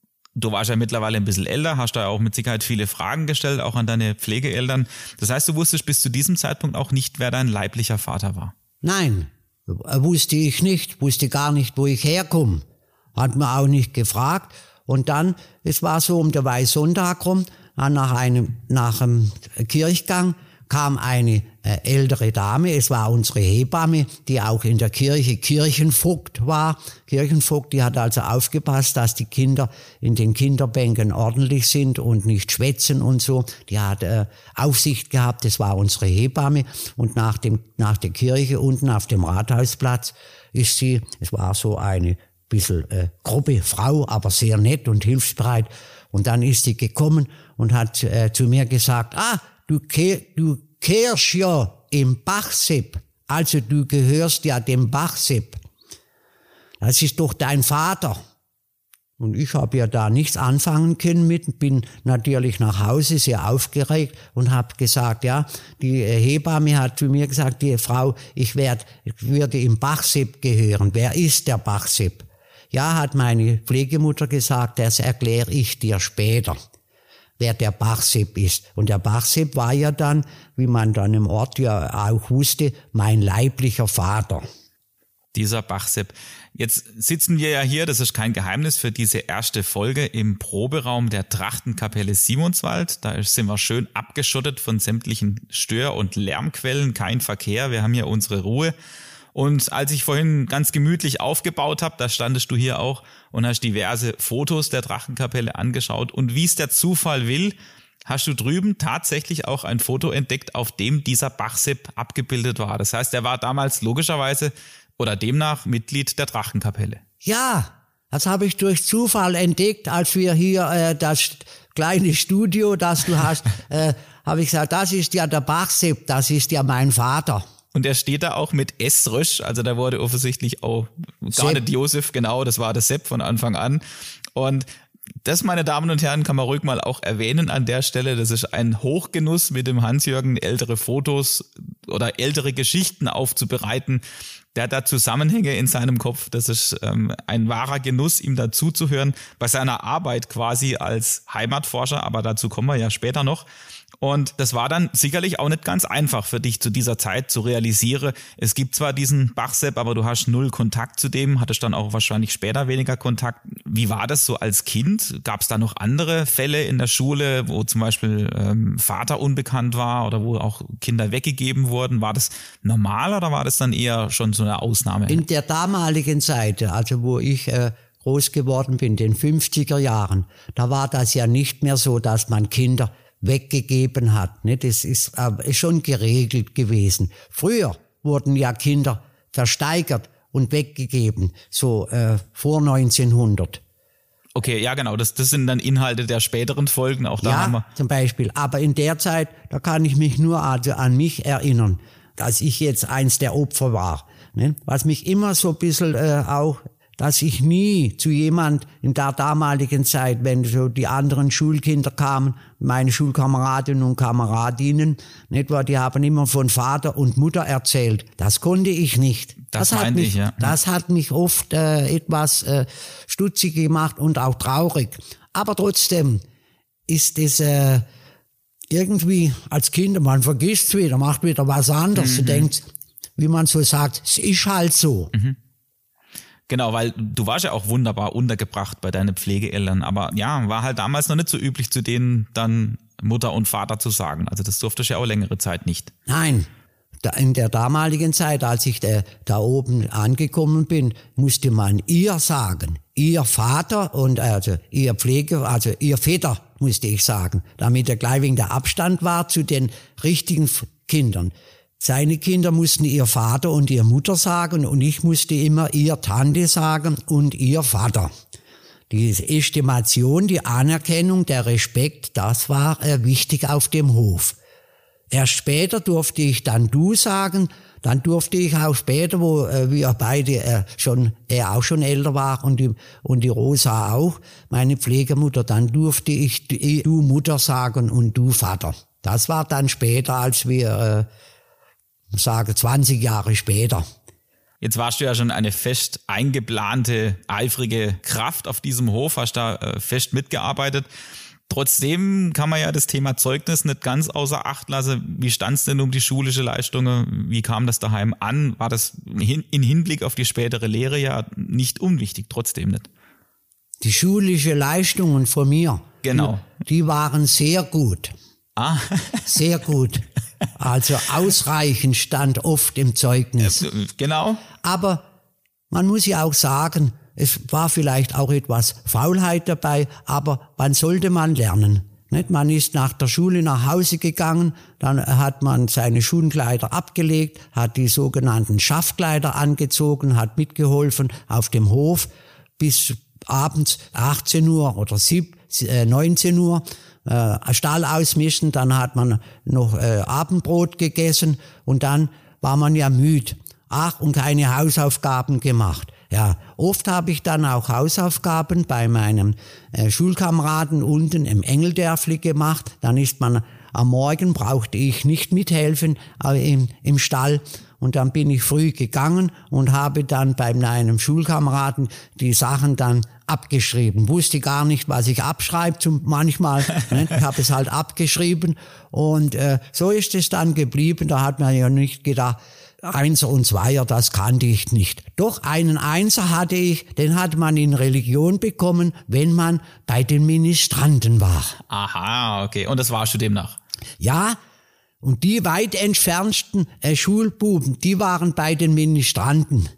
Du warst ja mittlerweile ein bisschen älter, hast da auch mit Sicherheit viele Fragen gestellt, auch an deine Pflegeeltern. Das heißt, du wusstest bis zu diesem Zeitpunkt auch nicht, wer dein leiblicher Vater war? Nein, wusste ich nicht, wusste gar nicht, wo ich herkomme. Hat man auch nicht gefragt. Und dann, es war so um den Weihsonntag rum, nach einem, nach einem Kirchgang kam eine äh, ältere Dame, es war unsere Hebamme, die auch in der Kirche Kirchenvogt war. Kirchenvogt, die hat also aufgepasst, dass die Kinder in den Kinderbänken ordentlich sind und nicht schwätzen und so. Die hat äh, Aufsicht gehabt, das war unsere Hebamme. Und nach dem nach der Kirche unten auf dem Rathausplatz ist sie, es war so eine bisschen äh, grobe Frau, aber sehr nett und hilfsbereit. Und dann ist sie gekommen und hat äh, zu mir gesagt, ah, Du, kehr, du kehrst ja im Bachsepp, also du gehörst ja dem Bachsepp. Das ist doch dein Vater. Und ich habe ja da nichts anfangen können mit, bin natürlich nach Hause sehr aufgeregt und habe gesagt, ja, die Hebamme hat zu mir gesagt, die Frau, ich werd, würde im Bachsepp gehören. Wer ist der Bachsepp? Ja, hat meine Pflegemutter gesagt, das erkläre ich dir später, wer der Bachsepp ist. Und der Bachsepp war ja dann, wie man dann im Ort ja auch wusste, mein leiblicher Vater. Dieser Bachsepp. Jetzt sitzen wir ja hier, das ist kein Geheimnis, für diese erste Folge im Proberaum der Trachtenkapelle Simonswald. Da sind wir schön abgeschottet von sämtlichen Stör- und Lärmquellen, kein Verkehr, wir haben hier unsere Ruhe. Und als ich vorhin ganz gemütlich aufgebaut habe, da standest du hier auch und hast diverse Fotos der Drachenkapelle angeschaut. Und wie es der Zufall will, hast du drüben tatsächlich auch ein Foto entdeckt, auf dem dieser Bachsepp abgebildet war. Das heißt, er war damals logischerweise oder demnach Mitglied der Drachenkapelle. Ja, das habe ich durch Zufall entdeckt, als wir hier äh, das kleine Studio, das du hast, äh, habe ich gesagt, das ist ja der Bachsepp, das ist ja mein Vater. Und er steht da auch mit S. Rösch, also da wurde offensichtlich auch gar Sepp. nicht Josef, genau, das war der Sepp von Anfang an. Und das, meine Damen und Herren, kann man ruhig mal auch erwähnen an der Stelle. Das ist ein Hochgenuss, mit dem Hans-Jürgen ältere Fotos oder ältere Geschichten aufzubereiten. Der hat da Zusammenhänge in seinem Kopf. Das ist ähm, ein wahrer Genuss, ihm dazu zu hören bei seiner Arbeit quasi als Heimatforscher. Aber dazu kommen wir ja später noch. Und das war dann sicherlich auch nicht ganz einfach für dich zu dieser Zeit zu realisieren. Es gibt zwar diesen Bachsepp, aber du hast null Kontakt zu dem, hattest dann auch wahrscheinlich später weniger Kontakt. Wie war das so als Kind? Gab es da noch andere Fälle in der Schule, wo zum Beispiel ähm, Vater unbekannt war oder wo auch Kinder weggegeben wurden? War das normal oder war das dann eher schon so eine Ausnahme? In der damaligen Zeit, also wo ich äh, groß geworden bin, den fünfziger Jahren, da war das ja nicht mehr so, dass man Kinder weggegeben hat. Ne? Das ist äh, schon geregelt gewesen. Früher wurden ja Kinder versteigert und weggegeben, so äh, vor neunzehnhundert. Okay, ja genau, das, das sind dann Inhalte der späteren Folgen, auch da ja, haben wir. Zum Beispiel. Aber in der Zeit, da kann ich mich nur also an mich erinnern, dass ich jetzt eins der Opfer war. Ne? Was mich immer so ein bisschen äh, auch, dass ich nie zu jemand in der damaligen Zeit, wenn so die anderen Schulkinder kamen, meine Schulkameraden und Kameradinnen, nicht wahr, die haben immer von Vater und Mutter erzählt. Das konnte ich nicht. Das, das hat mich, ich, ja. Das hat mich oft äh, etwas äh, stutzig gemacht und auch traurig. Aber trotzdem ist es äh, irgendwie als Kind, man vergisst es wieder, macht wieder was anderes. Mhm. Du denkst, wie man so sagt, es ist halt so. Mhm. Genau, weil du warst ja auch wunderbar untergebracht bei deinen Pflegeeltern, aber ja, war halt damals noch nicht so üblich, zu denen dann Mutter und Vater zu sagen. Also das durfte ich ja auch längere Zeit nicht. Nein, in der damaligen Zeit, als ich da, da oben angekommen bin, musste man ihr sagen, ihr Vater und also ihr Pflege, also ihr Väter, musste ich sagen, damit der gleich wegen der Abstand war zu den richtigen Kindern. Seine Kinder mussten ihr Vater und ihr Mutter sagen und ich musste immer ihr Tante sagen und ihr Vater. Die Estimation, die Anerkennung, der Respekt, das war äh, wichtig auf dem Hof. Erst später durfte ich dann du sagen, dann durfte ich auch später, wo äh, wir beide äh, schon, er auch schon älter war und die, und die Rosa auch, meine Pflegemutter, dann durfte ich du Mutter sagen und du Vater. Das war dann später, als wir... Äh, Ich sage zwanzig Jahre später. Jetzt warst du ja schon eine fest eingeplante, eifrige Kraft auf diesem Hof, hast da äh, fest mitgearbeitet. Trotzdem kann man ja das Thema Zeugnis nicht ganz außer Acht lassen. Wie stand es denn um die schulische Leistung? Wie kam das daheim an? War das in Hinblick auf die spätere Lehre ja nicht unwichtig, trotzdem nicht? Die schulische Leistungen von mir, genau, die, die waren sehr gut. Ah. Sehr gut. Also ausreichend stand oft im Zeugnis. Genau. Aber man muss ja auch sagen, es war vielleicht auch etwas Faulheit dabei, aber wann sollte man lernen? Nicht? Man ist nach der Schule nach Hause gegangen, dann hat man seine Schulkleider abgelegt, hat die sogenannten Schaftkleider angezogen, hat mitgeholfen auf dem Hof bis abends achtzehn Uhr oder neunzehn Uhr. Äh, Stall ausmischen, dann hat man noch äh, Abendbrot gegessen und dann war man ja müde. Ach, und keine Hausaufgaben gemacht. Ja, oft habe ich dann auch Hausaufgaben bei meinem äh, Schulkameraden unten im Engeldörfli gemacht. Dann ist man am Morgen, brauchte ich nicht mithelfen äh, im, im Stall. Und dann bin ich früh gegangen und habe dann bei meinem Schulkameraden die Sachen dann abgeschrieben. Wusste gar nicht, was ich abschreibe zum manchmal. Ne? Ich habe es halt abgeschrieben und äh, so ist es dann geblieben. Da hat man ja nicht gedacht, Einser und Zweier, das kannte ich nicht. Doch einen Einser hatte ich, den hat man in Religion bekommen, wenn man bei den Ministranten war. Aha, okay. Und das warst du demnach? Ja, und die weit entfernten äh, Schulbuben, die waren bei den Ministranten.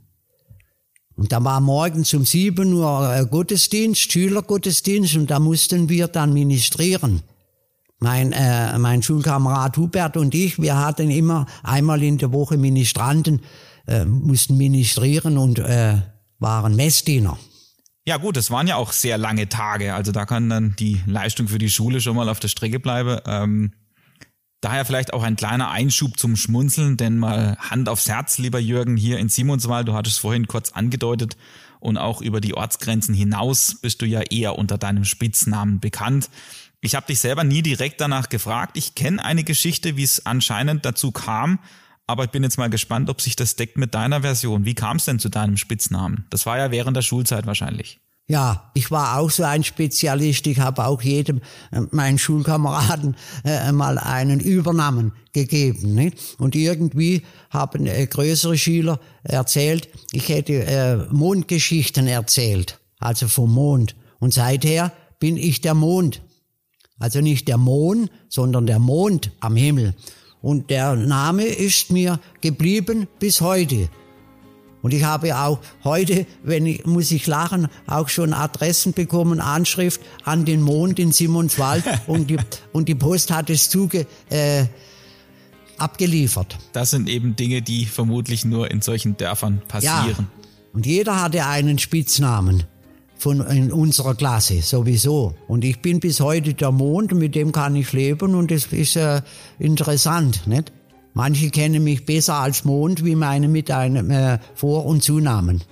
Und da war morgens um sieben Uhr äh, Gottesdienst, Schülergottesdienst, und da mussten wir dann ministrieren. Mein, äh, mein Schulkamerad Hubert und ich, wir hatten immer einmal in der Woche Ministranten, äh, mussten ministrieren und äh, waren Messdiener. Ja gut, das waren ja auch sehr lange Tage, also da kann dann die Leistung für die Schule schon mal auf der Strecke bleiben. Ähm, daher vielleicht auch ein kleiner Einschub zum Schmunzeln, denn mal Hand aufs Herz, lieber Jürgen, hier in Simonswald, du hattest es vorhin kurz angedeutet, und auch über die Ortsgrenzen hinaus bist du ja eher unter deinem Spitznamen bekannt. Ich habe dich selber nie direkt danach gefragt. Ich kenne eine Geschichte, wie es anscheinend dazu kam, aber ich bin jetzt mal gespannt, ob sich das deckt mit deiner Version. Wie kam es denn zu deinem Spitznamen? Das war ja während der Schulzeit wahrscheinlich. Ja, ich war auch so ein Spezialist. Ich habe auch jedem äh, meinen Schulkameraden äh, mal einen Übernamen gegeben. Ne? Und irgendwie haben äh, größere Schüler erzählt, ich hätte äh, Mondgeschichten erzählt, also vom Mond. Und seither bin ich der Mond. Also nicht der Mond, sondern der Mond am Himmel. Und der Name ist mir geblieben bis heute. Und ich habe auch heute, wenn ich, muss ich lachen, auch schon Adressen bekommen, Anschrift an den Mond in Simonswald und die, und die Post hat es zuge, äh, abgeliefert. Das sind eben Dinge, die vermutlich nur in solchen Dörfern passieren. Ja, und jeder hatte einen Spitznamen von in unserer Klasse sowieso. Und ich bin bis heute der Mond, mit dem kann ich leben und das ist äh, interessant, nicht? Manche kennen mich besser als Mond wie meine mit einem äh, Vor- und Zunamen.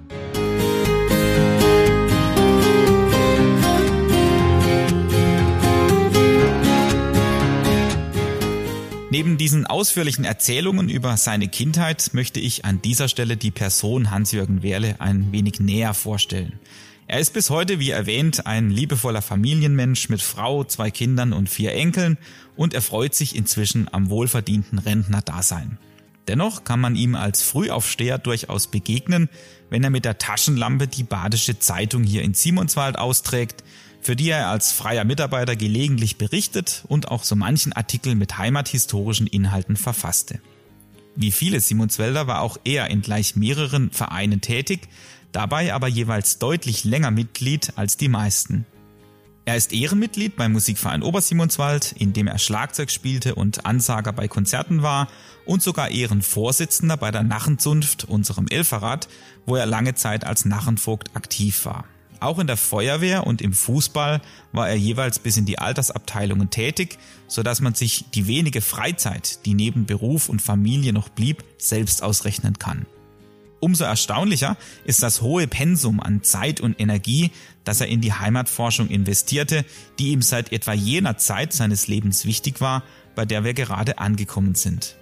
Neben diesen ausführlichen Erzählungen über seine Kindheit möchte ich an dieser Stelle die Person Hans-Jürgen Wehrle ein wenig näher vorstellen. Er ist bis heute, wie erwähnt, ein liebevoller Familienmensch mit Frau, zwei Kindern und vier Enkeln und er freut sich inzwischen am wohlverdienten Rentnerdasein. Dennoch kann man ihm als Frühaufsteher durchaus begegnen, wenn er mit der Taschenlampe die Badische Zeitung hier in Simonswald austrägt, für die er als freier Mitarbeiter gelegentlich berichtet und auch so manchen Artikel mit heimathistorischen Inhalten verfasste. Wie viele Simonswälder war auch er in gleich mehreren Vereinen tätig, dabei aber jeweils deutlich länger Mitglied als die meisten. Er ist Ehrenmitglied beim Musikverein Obersimonswald, in dem er Schlagzeug spielte und Ansager bei Konzerten war und sogar Ehrenvorsitzender bei der Narrenzunft, unserem Elferrad, wo er lange Zeit als Narrenvogt aktiv war. Auch in der Feuerwehr und im Fußball war er jeweils bis in die Altersabteilungen tätig, sodass man sich die wenige Freizeit, die neben Beruf und Familie noch blieb, selbst ausrechnen kann. Umso erstaunlicher ist das hohe Pensum an Zeit und Energie, das er in die Heimatforschung investierte, die ihm seit etwa jener Zeit seines Lebens wichtig war, bei der wir gerade angekommen sind.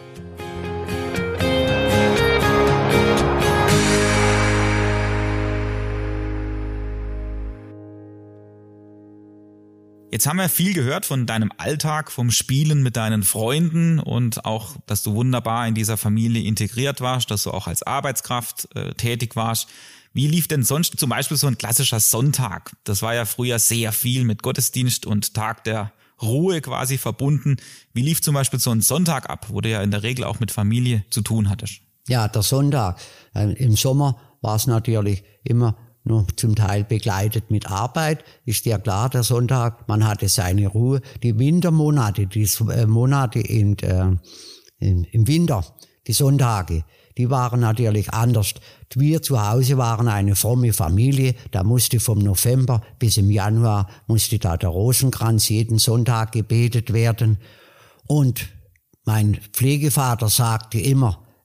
Jetzt haben wir viel gehört von deinem Alltag, vom Spielen mit deinen Freunden und auch, dass du wunderbar in dieser Familie integriert warst, dass du auch als Arbeitskraft äh, tätig warst. Wie lief denn sonst zum Beispiel so ein klassischer Sonntag? Das war ja früher sehr viel mit Gottesdienst und Tag der Ruhe quasi verbunden. Wie lief zum Beispiel so ein Sonntag ab, wo du ja in der Regel auch mit Familie zu tun hattest? Ja, der Sonntag. Äh, Im Sommer war es natürlich immer nur zum Teil begleitet mit Arbeit, ist ja klar, der Sonntag, man hatte seine Ruhe. Die Wintermonate, die Monate in, äh, in, im Winter, die Sonntage, die waren natürlich anders. Wir zu Hause waren eine fromme Familie, da musste vom November bis im Januar musste da der Rosenkranz jeden Sonntag gebetet werden. Und mein Pflegevater sagte immer,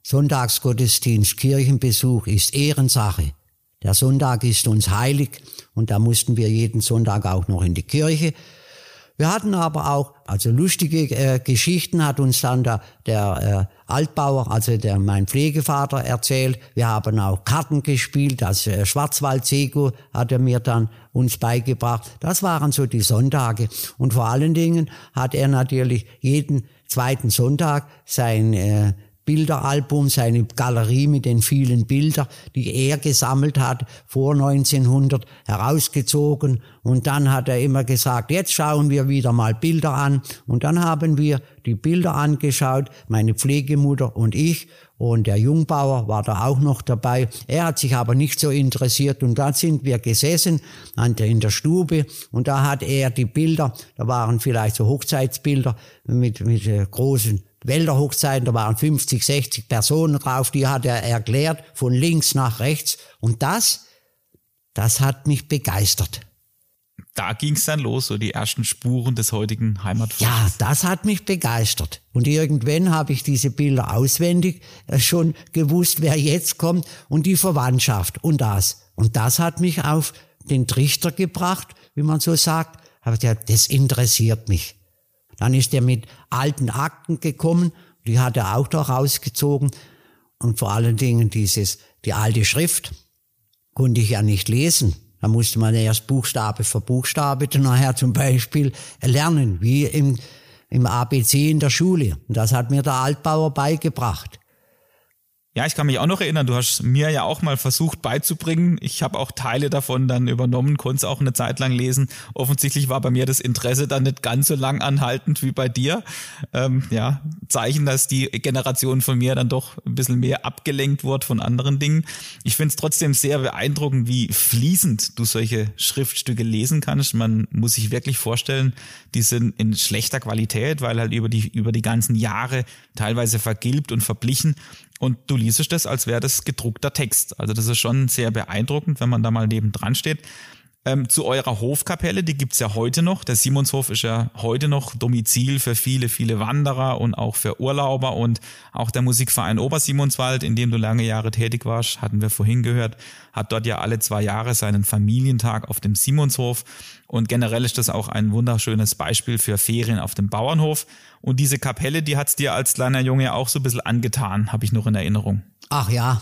Sonntagsgottesdienst, Kirchenbesuch ist Ehrensache. Der Sonntag ist uns heilig und da mussten wir jeden Sonntag auch noch in die Kirche. Wir hatten aber auch, also lustige äh, Geschichten hat uns dann der, der äh, Altbauer, also der mein Pflegevater erzählt. Wir haben auch Karten gespielt, das äh, Schwarzwald-Sego hat er mir dann uns beigebracht. Das waren so die Sonntage. Und vor allen Dingen hat er natürlich jeden zweiten Sonntag sein äh, Bilderalbum, seine Galerie mit den vielen Bildern, die er gesammelt hat, vor neunzehnhundert herausgezogen. Und dann hat er immer gesagt, jetzt schauen wir wieder mal Bilder an. Und dann haben wir die Bilder angeschaut, meine Pflegemutter und ich. Und der Jungbauer war da auch noch dabei. Er hat sich aber nicht so interessiert. Und dann sind wir gesessen an der, in der Stube. Und da hat er die Bilder, da waren vielleicht so Hochzeitsbilder mit, mit äh, großen Wälderhochzeiten, da waren fünfzig, sechzig Personen drauf, die hat er erklärt, von links nach rechts. Und das, das hat mich begeistert. Da ging's dann los, so die ersten Spuren des heutigen Heimatvolkes. Ja, das hat mich begeistert. Und irgendwann habe ich diese Bilder auswendig schon gewusst, wer jetzt kommt und die Verwandtschaft und das. Und das hat mich auf den Trichter gebracht, wie man so sagt. Aber ja, das interessiert mich. Dann ist er mit alten Akten gekommen, die hat er auch da rausgezogen. Und vor allen Dingen dieses, die alte Schrift konnte ich ja nicht lesen. Da musste man erst Buchstabe für Buchstabe dann nachher zum Beispiel lernen, wie im, im A B C in der Schule. Und das hat mir der Altbauer beigebracht. Ja, ich kann mich auch noch erinnern, du hast mir ja auch mal versucht beizubringen. Ich habe auch Teile davon dann übernommen, konnte es auch eine Zeit lang lesen. Offensichtlich war bei mir das Interesse dann nicht ganz so lang anhaltend wie bei dir. Ähm, ja, Zeichen, dass die Generation von mir dann doch ein bisschen mehr abgelenkt wurde von anderen Dingen. Ich finde es trotzdem sehr beeindruckend, wie fließend du solche Schriftstücke lesen kannst. Man muss sich wirklich vorstellen, die sind in schlechter Qualität, weil halt über die, über die ganzen Jahre teilweise vergilbt und verblichen. Und du liest das, als wäre das gedruckter Text. Also das ist schon sehr beeindruckend, wenn man da mal nebendran steht. Ähm, zu eurer Hofkapelle, die gibt's ja heute noch. Der Simonshof ist ja heute noch Domizil für viele, viele Wanderer und auch für Urlauber. Und auch der Musikverein Obersimonswald, in dem du lange Jahre tätig warst, hatten wir vorhin gehört, hat dort ja alle zwei Jahre seinen Familientag auf dem Simonshof. Und generell ist das auch ein wunderschönes Beispiel für Ferien auf dem Bauernhof. Und diese Kapelle, die hat's dir als kleiner Junge auch so ein bisschen angetan, habe ich noch in Erinnerung. Ach ja.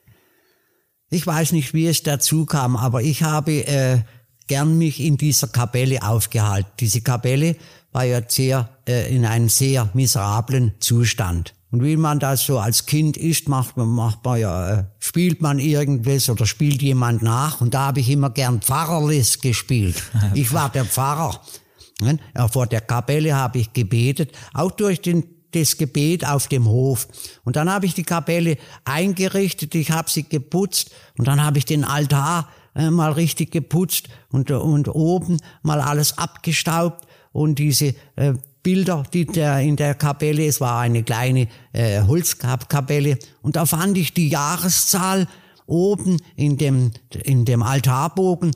Ich weiß nicht, wie es dazu kam, aber ich habe äh, gern mich in dieser Kapelle aufgehalten. Diese Kapelle war ja sehr äh, in einem sehr miserablen Zustand. Und wie man das so als Kind ist, macht man, macht man ja, äh, spielt man irgendwas oder spielt jemand nach. Und da habe ich immer gern Pfarrerlis gespielt. Ich war der Pfarrer. Ja, vor der Kapelle habe ich gebetet, auch durch den das Gebet auf dem Hof. Und dann habe ich die Kapelle eingerichtet, ich habe sie geputzt und dann habe ich den Altar äh, mal richtig geputzt und, und oben mal alles abgestaubt und diese äh, Bilder, die der in der Kapelle, es war eine kleine äh, Holzkapelle und da fand ich die Jahreszahl oben in dem, in dem Altarbogen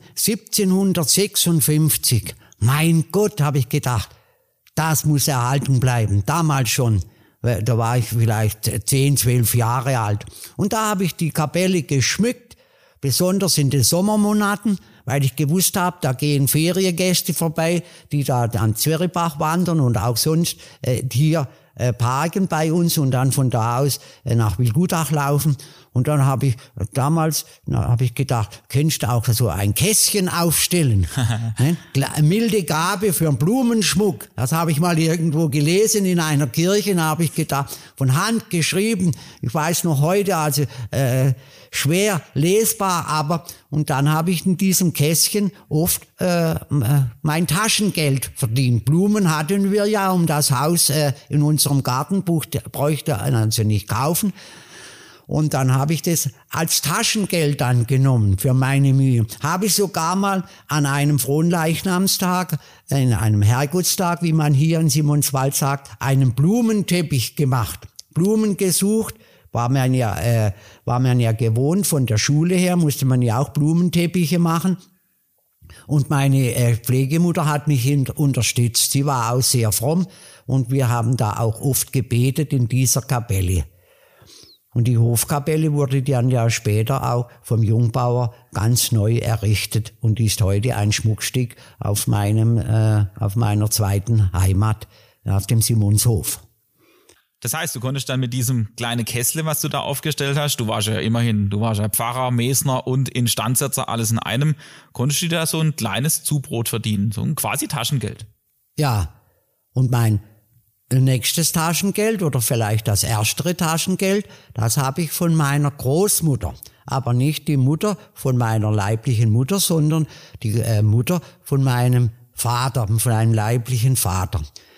siebzehnhundertsechsundfünfzig. Mein Gott, habe ich gedacht, das muss erhalten bleiben. Damals schon, da war ich vielleicht zehn, zwölf Jahre alt. Und da habe ich die Kapelle geschmückt, besonders in den Sommermonaten, weil ich gewusst habe, da gehen Feriengäste vorbei, die da an Zweribach wandern und auch sonst äh, hier äh, parken bei uns und dann von da aus äh, nach Wilgudach laufen. Und dann habe ich damals, na, habe ich gedacht, könntest du auch so ein Kästchen aufstellen? ne? Milde Gabe für einen Blumenschmuck. Das habe ich mal irgendwo gelesen in einer Kirche. Da habe ich gedacht, von Hand geschrieben. Ich weiß noch heute, also äh, schwer lesbar, aber und dann habe ich in diesem Kästchen oft äh, mein Taschengeld verdient. Blumen hatten wir ja um das Haus äh, in unserem Gartenbuch, bräuchte also nicht kaufen. Und dann habe ich das als Taschengeld dann genommen für meine Mühe. Habe ich sogar mal an einem Fronleichnamstag, in einem Herrgottstag, wie man hier in Simonswald sagt, einen Blumenteppich gemacht. Blumen gesucht, war man ja, äh, war man ja gewohnt von der Schule her, musste man ja auch Blumenteppiche machen. Und meine äh, Pflegemutter hat mich in, unterstützt. Sie war auch sehr fromm und wir haben da auch oft gebetet in dieser Kapelle. Und die Hofkapelle wurde dann ja später auch vom Jungbauer ganz neu errichtet und ist heute ein Schmuckstück auf meinem, äh, auf meiner zweiten Heimat, auf dem Simonshof. Das heißt, du konntest dann mit diesem kleinen Kessel, was du da aufgestellt hast, du warst ja immerhin, du warst ja Pfarrer, Mesner und Instandsetzer, alles in einem, konntest du da so ein kleines Zubrot verdienen, so ein quasi Taschengeld. Ja, und mein nächstes Taschengeld oder vielleicht das erstere Taschengeld, das habe ich von meiner Großmutter. Aber nicht die Mutter von meiner leiblichen Mutter, sondern die äh, Mutter von meinem Vater, von einem leiblichen Vater.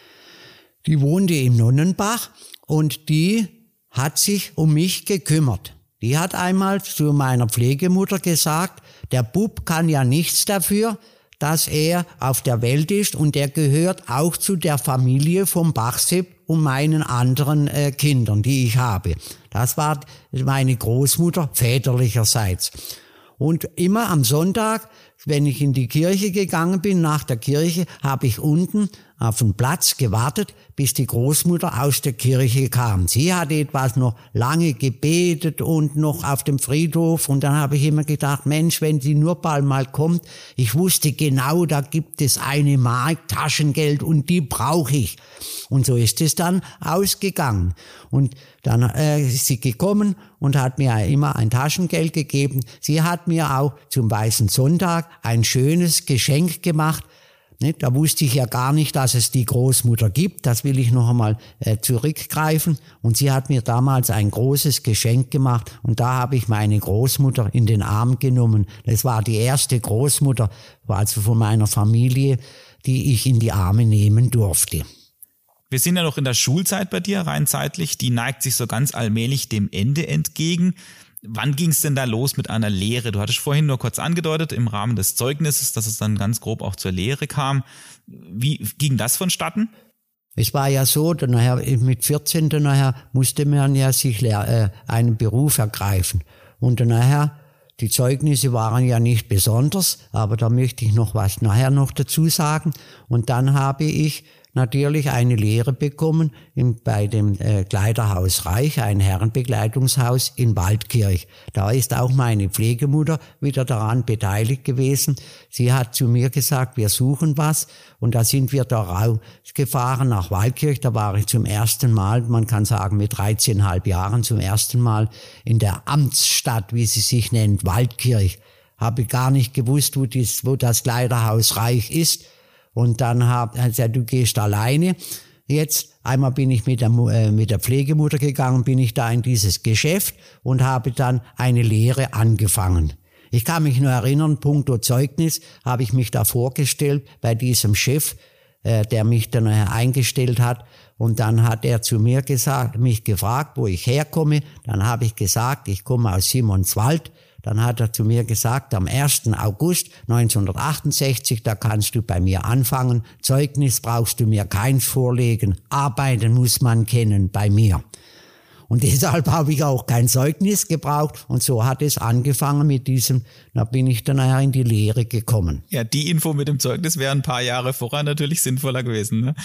Die wohnte im Nonnenbach und die hat sich um mich gekümmert. Die hat einmal zu meiner Pflegemutter gesagt, der Bub kann ja nichts dafür, dass er auf der Welt ist und er gehört auch zu der Familie vom Bachsepp und meinen anderen äh, Kindern, die ich habe. Das war meine Großmutter väterlicherseits. Und immer am Sonntag, wenn ich in die Kirche gegangen bin, nach der Kirche, habe ich unten auf dem Platz gewartet, bis die Großmutter aus der Kirche kam. Sie hatte etwas noch lange gebetet und noch auf dem Friedhof und dann habe ich immer gedacht, Mensch, wenn sie nur bald mal kommt, ich wusste genau, da gibt es eine Mark Taschengeld und die brauche ich. Und so ist es dann ausgegangen. Und dann äh, ist sie gekommen und hat mir immer ein Taschengeld gegeben. Sie hat mir auch zum Weißen Sonntag ein schönes Geschenk gemacht. Da wusste ich ja gar nicht, dass es die Großmutter gibt. Das will ich noch einmal äh, zurückgreifen. Und sie hat mir damals ein großes Geschenk gemacht. Und da habe ich meine Großmutter in den Arm genommen. Das war die erste Großmutter, also von meiner Familie, die ich in die Arme nehmen durfte. Wir sind ja noch in der Schulzeit bei dir, rein zeitlich. Die neigt sich so ganz allmählich dem Ende entgegen. Wann ging es denn da los mit einer Lehre? Du hattest vorhin nur kurz angedeutet im Rahmen des Zeugnisses, dass es dann ganz grob auch zur Lehre kam. Wie ging das vonstatten? Es war ja so, nachher, mit vierzehn nachher musste man ja sich äh, einen Beruf ergreifen. Und nachher, die Zeugnisse waren ja nicht besonders, aber da möchte ich noch was nachher noch dazu sagen. Und dann habe ich natürlich eine Lehre bekommen in, bei dem äh, Kleiderhaus Reich, ein Herrenbegleitungshaus in Waldkirch. Da ist auch meine Pflegemutter wieder daran beteiligt gewesen. Sie hat zu mir gesagt, wir suchen was und da sind wir da rausgefahren nach Waldkirch. Da war ich zum ersten Mal, man kann sagen mit dreizehneinhalb Jahren zum ersten Mal in der Amtsstadt, wie sie sich nennt, Waldkirch. Habe gar nicht gewusst, wo, dies, wo das Kleiderhaus Reich ist. Und dann hab, also du gehst alleine. Jetzt, einmal bin ich mit der, äh, mit der Pflegemutter gegangen, bin ich da in dieses Geschäft und habe dann eine Lehre angefangen. Ich kann mich nur erinnern, puncto Zeugnis, habe ich mich da vorgestellt bei diesem Chef, äh, der mich dann eingestellt hat. Und dann hat er zu mir gesagt, mich gefragt, wo ich herkomme. Dann habe ich gesagt, ich komme aus Simonswald. Dann hat er zu mir gesagt, am ersten August neunzehnhundertachtundsechzig, da kannst du bei mir anfangen. Zeugnis brauchst du mir keins vorlegen. Arbeiten muss man kennen bei mir. Und deshalb habe ich auch kein Zeugnis gebraucht. Und so hat es angefangen mit diesem, da bin ich dann nachher in die Lehre gekommen. Ja, die Info mit dem Zeugnis wäre ein paar Jahre vorher natürlich sinnvoller gewesen. Ne?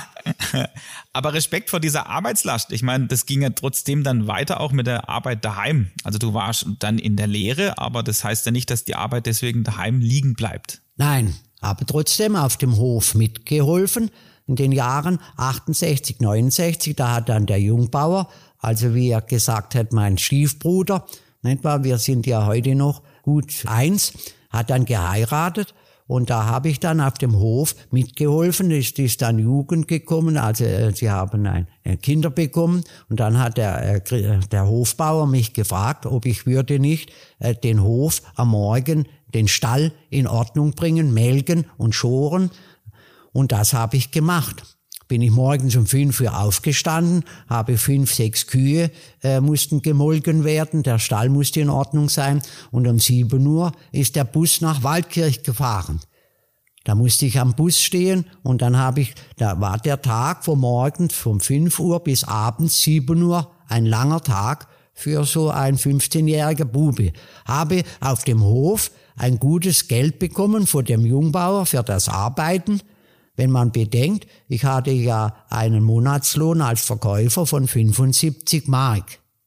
Aber Respekt vor dieser Arbeitslast. Ich meine, das ging ja trotzdem dann weiter auch mit der Arbeit daheim. Also du warst dann in der Lehre, aber das heißt ja nicht, dass die Arbeit deswegen daheim liegen bleibt. Nein, aber trotzdem auf dem Hof mitgeholfen. In den Jahren achtundsechzig, neunundsechzig, da hat dann der Jungbauer, also wie er gesagt hat, mein Stiefbruder, nicht wahr? Wir sind ja heute noch gut eins, hat dann geheiratet und da habe ich dann auf dem Hof mitgeholfen. Es ist dann Jugend gekommen, also äh, sie haben ein, ein Kinder bekommen und dann hat der, äh, der Hofbauer mich gefragt, ob ich würde nicht äh, den Hof am Morgen, den Stall in Ordnung bringen, melken und schoren. Und das habe ich gemacht. Bin ich morgens um fünf Uhr aufgestanden, habe fünf, sechs Kühe, äh, mussten gemolken werden, der Stall musste in Ordnung sein und um sieben Uhr ist der Bus nach Waldkirch gefahren. Da musste ich am Bus stehen und dann habe ich, da war der Tag vom Morgen von fünf Uhr bis abends sieben Uhr, ein langer Tag für so ein fünfzehnjähriger Bube. Habe auf dem Hof ein gutes Geld bekommen von dem Jungbauer für das Arbeiten. Wenn man bedenkt, ich hatte ja einen Monatslohn als Verkäufer von fünfundsiebzig Mark.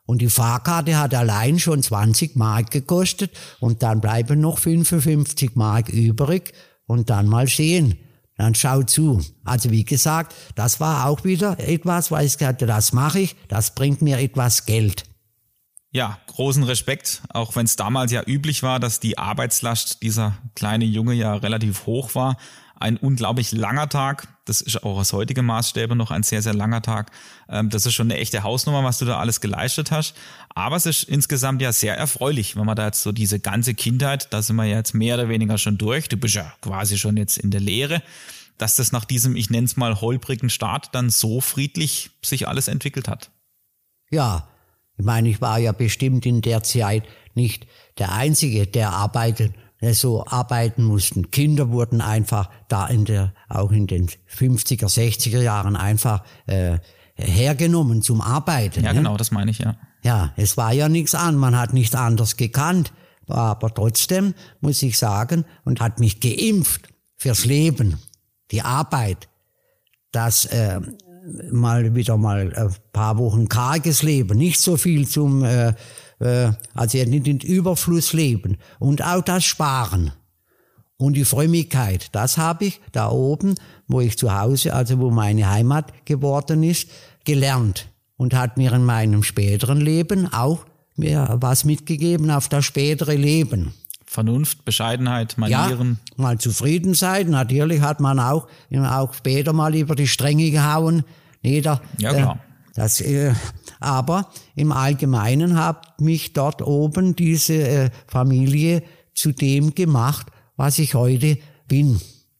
Und die Fahrkarte hat allein schon zwanzig Mark gekostet und dann bleiben noch fünfundfünfzig Mark übrig und dann mal sehen. Dann schau zu. Also wie gesagt, das war auch wieder etwas, weil ich gesagt habe, das mache ich, das bringt mir etwas Geld. Ja, großen Respekt, auch wenn es damals ja üblich war, dass die Arbeitslast dieser kleine Junge ja relativ hoch war. Ein unglaublich langer Tag, das ist auch aus heutigen Maßstäben noch ein sehr, sehr langer Tag. Das ist schon eine echte Hausnummer, was du da alles geleistet hast. Aber es ist insgesamt ja sehr erfreulich, wenn man da jetzt so diese ganze Kindheit, da sind wir ja jetzt mehr oder weniger schon durch, du bist ja quasi schon jetzt in der Lehre, dass das nach diesem, ich nenne es mal, holprigen Start dann so friedlich sich alles entwickelt hat. Ja, ich meine, ich war ja bestimmt in der Zeit nicht der Einzige, der arbeitet. so arbeiten mussten. Kinder wurden einfach da in der, auch in den fünfziger, sechziger Jahren einfach äh, hergenommen zum Arbeiten. Ja, ne? Genau, das meine ich, ja. Ja, es war ja nichts an, man hat nichts anderes gekannt. Aber trotzdem muss ich sagen, und hat mich geimpft fürs Leben, die Arbeit, das äh, mal wieder mal ein paar Wochen karges Leben, nicht so viel zum äh, also nicht den Überfluss leben und auch das Sparen und die Frömmigkeit, das habe ich da oben, wo ich zu Hause, also wo meine Heimat geworden ist, gelernt und hat mir in meinem späteren Leben auch mir was mitgegeben auf das spätere Leben. Vernunft, Bescheidenheit, Manieren. Ja, mal zufrieden sein, natürlich hat man auch, auch später mal über die Stränge gehauen, jeder. Ja, klar. Äh, Das, äh, aber im Allgemeinen hat mich dort oben diese äh, Familie zu dem gemacht, was ich heute bin.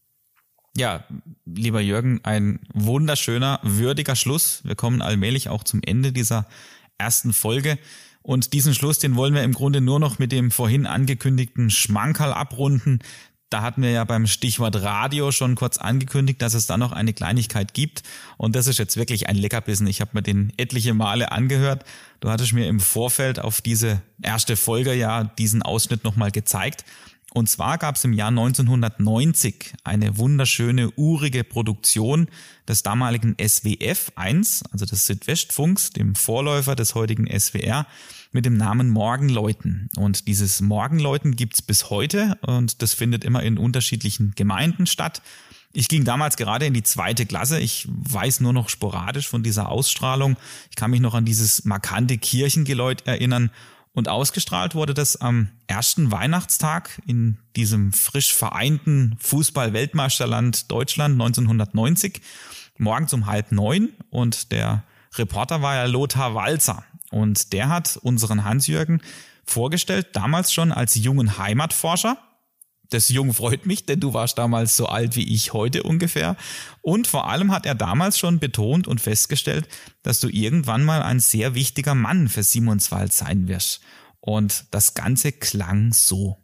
Ja, lieber Jürgen, ein wunderschöner, würdiger Schluss. Wir kommen allmählich auch zum Ende dieser ersten Folge. Und diesen Schluss, den wollen wir im Grunde nur noch mit dem vorhin angekündigten Schmankerl abrunden. Da hatten wir ja beim Stichwort Radio schon kurz angekündigt, dass es da noch eine Kleinigkeit gibt. Und das ist jetzt wirklich ein Leckerbissen. Ich habe mir den etliche Male angehört. Du hattest mir im Vorfeld auf diese erste Folge ja diesen Ausschnitt nochmal gezeigt. Und zwar gab es im Jahr neunzehnhundertneunzig eine wunderschöne, urige Produktion des damaligen S W F eins, also des Südwestfunks, dem Vorläufer des heutigen S W R, mit dem Namen Morgenläuten. Und dieses Morgenläuten gibt's bis heute und das findet immer in unterschiedlichen Gemeinden statt. Ich ging damals gerade in die zweite Klasse. Ich weiß nur noch sporadisch von dieser Ausstrahlung. Ich kann mich noch an dieses markante Kirchengeläut erinnern. Und ausgestrahlt wurde das am ersten Weihnachtstag in diesem frisch vereinten Fußball-Weltmeisterland Deutschland neunzehnhundertneunzig, morgens um halb neun. Und der Reporter war ja Lothar Walzer. Und der hat unseren Hans-Jürgen vorgestellt, damals schon als jungen Heimatforscher. Das Jung freut mich, denn du warst damals so alt wie ich heute ungefähr. Und vor allem hat er damals schon betont und festgestellt, dass du irgendwann mal ein sehr wichtiger Mann für Simonswald sein wirst. Und das Ganze klang so.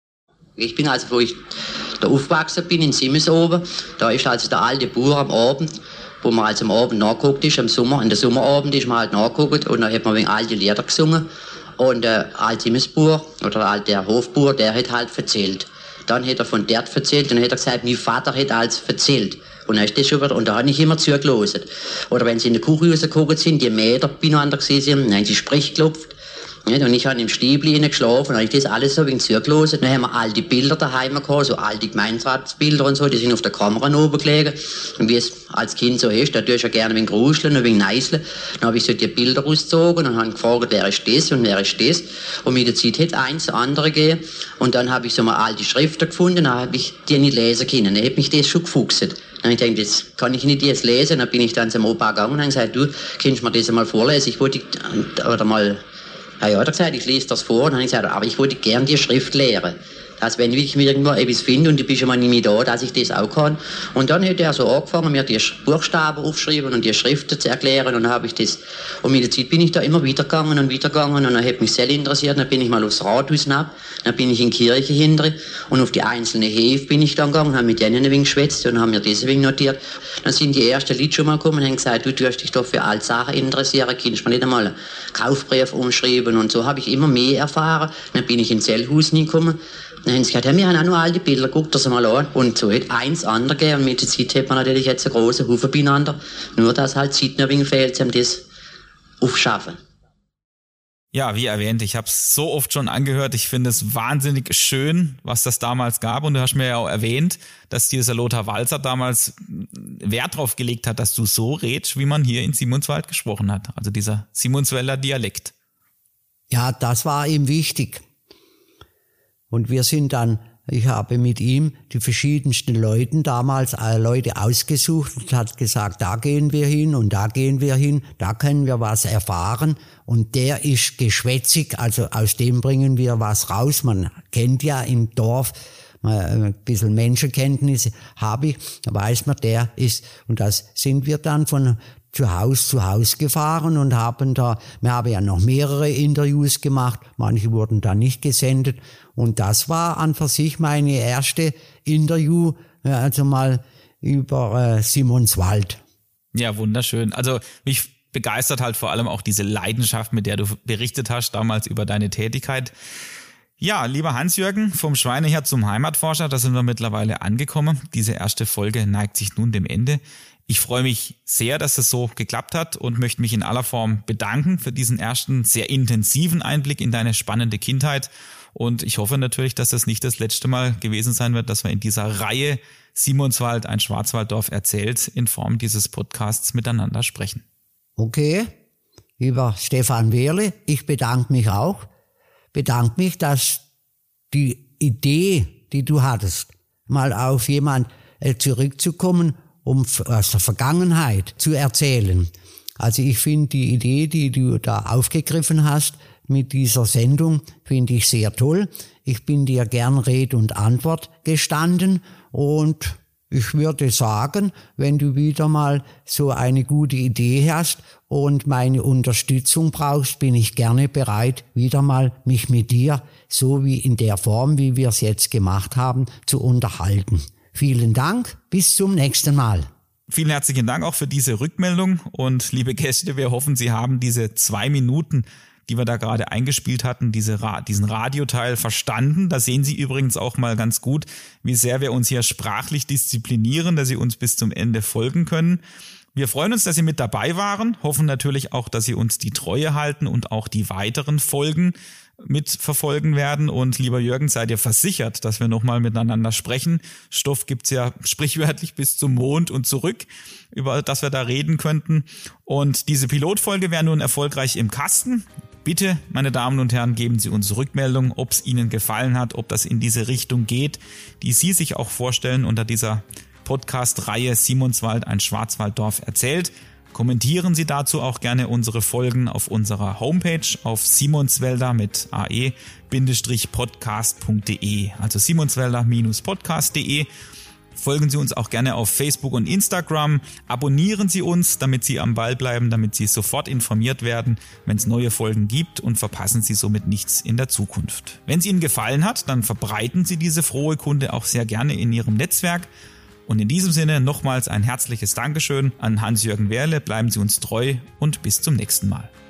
Ich bin also, wo ich da aufgewachsen bin, in Simmens oben, da ist also der alte Bauer am Abend, wo man also am Abend nachgeguckt ist, im Sommer, in der Sommerabend ist man halt nachgeguckt und dann hat man wegen alte Lieder gesungen. Und der alte Simmensbauer oder der alte Hofbauer, der hat halt erzählt. Dann hat er von dort erzählt und dann hat er gesagt, mein Vater hat alles erzählt. Und dann ist das schon wieder, und da habe ich immer zugelassen. Oder wenn sie in der Küche rausgeguckt sind, die Mäder beieinander gesehen sind, dann haben sie Sprech geklopft. Und ich habe im Stiebli geschlafen, dann habe ich das alles so wegen zugelassen. Dann haben wir alte Bilder daheim gehabt, so alte Gemeinderatsbilder und so, die sind auf der Kamera oben gelegen. Und wie es als Kind so ist, da tue ich ja gerne wegen Gruseln und wegen Neiseln. Dann habe ich so die Bilder rausgezogen und habe gefragt, wer ist das und wer ist das. Und mit der Zeit hat eins andere gegeben. Und dann habe ich so mal alte Schriften gefunden, dann habe ich die nicht lesen können. Dann hat mich das schon gefuchst. Dann habe ich gedacht, jetzt kann ich nicht jetzt lesen. Dann bin ich dann zum Opa gegangen und habe gesagt, du, kannst du mir das einmal vorlesen? Ich wollte, oder mal, ja, ja, hat er gesagt, ich lese das vor. Und dann habe ich gesagt, aber ich wollte gern die Schrift lehren. Dass wenn ich mir irgendwo etwas finde und du bist ja mal nicht mehr da, dass ich das auch kann. Und dann hat er so angefangen, mir die Buchstaben aufzuschreiben und die Schriften zu erklären. Und dann habe ich das, und mit der Zeit bin ich da immer weitergegangen und weitergegangen. Und dann hat mich sehr interessiert. Dann bin ich mal aufs Rathaus hinab. Dann bin ich in die Kirche hinter. Und auf die einzelnen Häfe bin ich dann gegangen, habe mit denen ein wenig geschwätzt und haben mir das ein wenig notiert. Dann sind die ersten Leute schon mal gekommen und haben gesagt, du tust dich doch für alle Sachen interessieren. Kannst du mir nicht einmal einen Kaufbrief umschreiben? Und so habe ich immer mehr erfahren. Dann bin ich ins Zellhaus hingekommen. Dann haben sie gesagt, ja, wir haben auch noch alte Bilder, guckt das mal an. Und so hat eins andere gegeben. Und mit der Zeit hat man natürlich jetzt einen grossen Haufen beieinander. Nur, dass halt Zeit noch ein wenig fehlt, um das aufzuschaffen. Ja, wie erwähnt, ich habe es so oft schon angehört. Ich finde es wahnsinnig schön, was das damals gab. Und du hast mir ja auch erwähnt, dass dieser Lothar Walser damals Wert drauf gelegt hat, dass du so redest, wie man hier in Simonswald gesprochen hat. Also dieser Simonswälder Dialekt. Ja, das war ihm wichtig. Und wir sind dann, ich habe mit ihm die verschiedensten Leute damals, äh, Leute ausgesucht und hat gesagt, da gehen wir hin und da gehen wir hin, da können wir was erfahren. Und der ist geschwätzig, also aus dem bringen wir was raus. Man kennt ja im Dorf, ein bisschen Menschenkenntnis habe ich, da weiß man, der ist, und das sind wir dann von zu Haus zu Haus gefahren und haben da, wir haben ja noch mehrere Interviews gemacht, manche wurden da nicht gesendet und das war an für sich meine erste Interview, also mal über äh, Simonswald. Ja, wunderschön. Also mich begeistert halt vor allem auch diese Leidenschaft, mit der du berichtet hast, damals über deine Tätigkeit. Ja, lieber Hans-Jürgen, vom Schweinehirt zum Heimatforscher, da sind wir mittlerweile angekommen. Diese erste Folge neigt sich nun dem Ende. Ich freue mich sehr, dass es so geklappt hat und möchte mich in aller Form bedanken für diesen ersten sehr intensiven Einblick in deine spannende Kindheit. Und ich hoffe natürlich, dass das nicht das letzte Mal gewesen sein wird, dass wir in dieser Reihe Simonswald, ein Schwarzwalddorf erzählt, in Form dieses Podcasts miteinander sprechen. Okay, lieber Stefan Wehrle, ich bedanke mich auch. Bedanke mich, dass die Idee, die du hattest, mal auf jemand zurückzukommen, um aus der Vergangenheit zu erzählen. Also ich finde die Idee, die du da aufgegriffen hast mit dieser Sendung, finde ich sehr toll. Ich bin dir gern Rede und Antwort gestanden und ich würde sagen, wenn du wieder mal so eine gute Idee hast und meine Unterstützung brauchst, bin ich gerne bereit, wieder mal mich mit dir, so wie in der Form, wie wir es jetzt gemacht haben, zu unterhalten. Vielen Dank, bis zum nächsten Mal. Vielen herzlichen Dank auch für diese Rückmeldung und liebe Gäste, wir hoffen, Sie haben diese zwei Minuten, die wir da gerade eingespielt hatten, diese Ra- diesen Radioteil verstanden. Da sehen Sie übrigens auch mal ganz gut, wie sehr wir uns hier sprachlich disziplinieren, dass Sie uns bis zum Ende folgen können. Wir freuen uns, dass Sie mit dabei waren, hoffen natürlich auch, dass Sie uns die Treue halten und auch die weiteren Folgen mitverfolgen werden. Und lieber Jürgen, seid ihr versichert, dass wir nochmal miteinander sprechen. Stoff gibt's ja sprichwörtlich bis zum Mond und zurück, über das wir da reden könnten. Und diese Pilotfolge wäre nun erfolgreich im Kasten. Bitte, meine Damen und Herren, geben Sie uns Rückmeldung, ob es Ihnen gefallen hat, ob das in diese Richtung geht, die Sie sich auch vorstellen unter dieser Podcast-Reihe Simonswald, ein Schwarzwalddorf erzählt. Kommentieren Sie dazu auch gerne unsere Folgen auf unserer Homepage auf simonswälder mit ae-podcast punkt de, also simonswälder-podcast punkt de. Folgen Sie uns auch gerne auf Facebook und Instagram. Abonnieren Sie uns, damit Sie am Ball bleiben, damit Sie sofort informiert werden, wenn es neue Folgen gibt und verpassen Sie somit nichts in der Zukunft. Wenn es Ihnen gefallen hat, dann verbreiten Sie diese frohe Kunde auch sehr gerne in Ihrem Netzwerk. Und in diesem Sinne nochmals ein herzliches Dankeschön an Hans-Jürgen Wehrle. Bleiben Sie uns treu und bis zum nächsten Mal.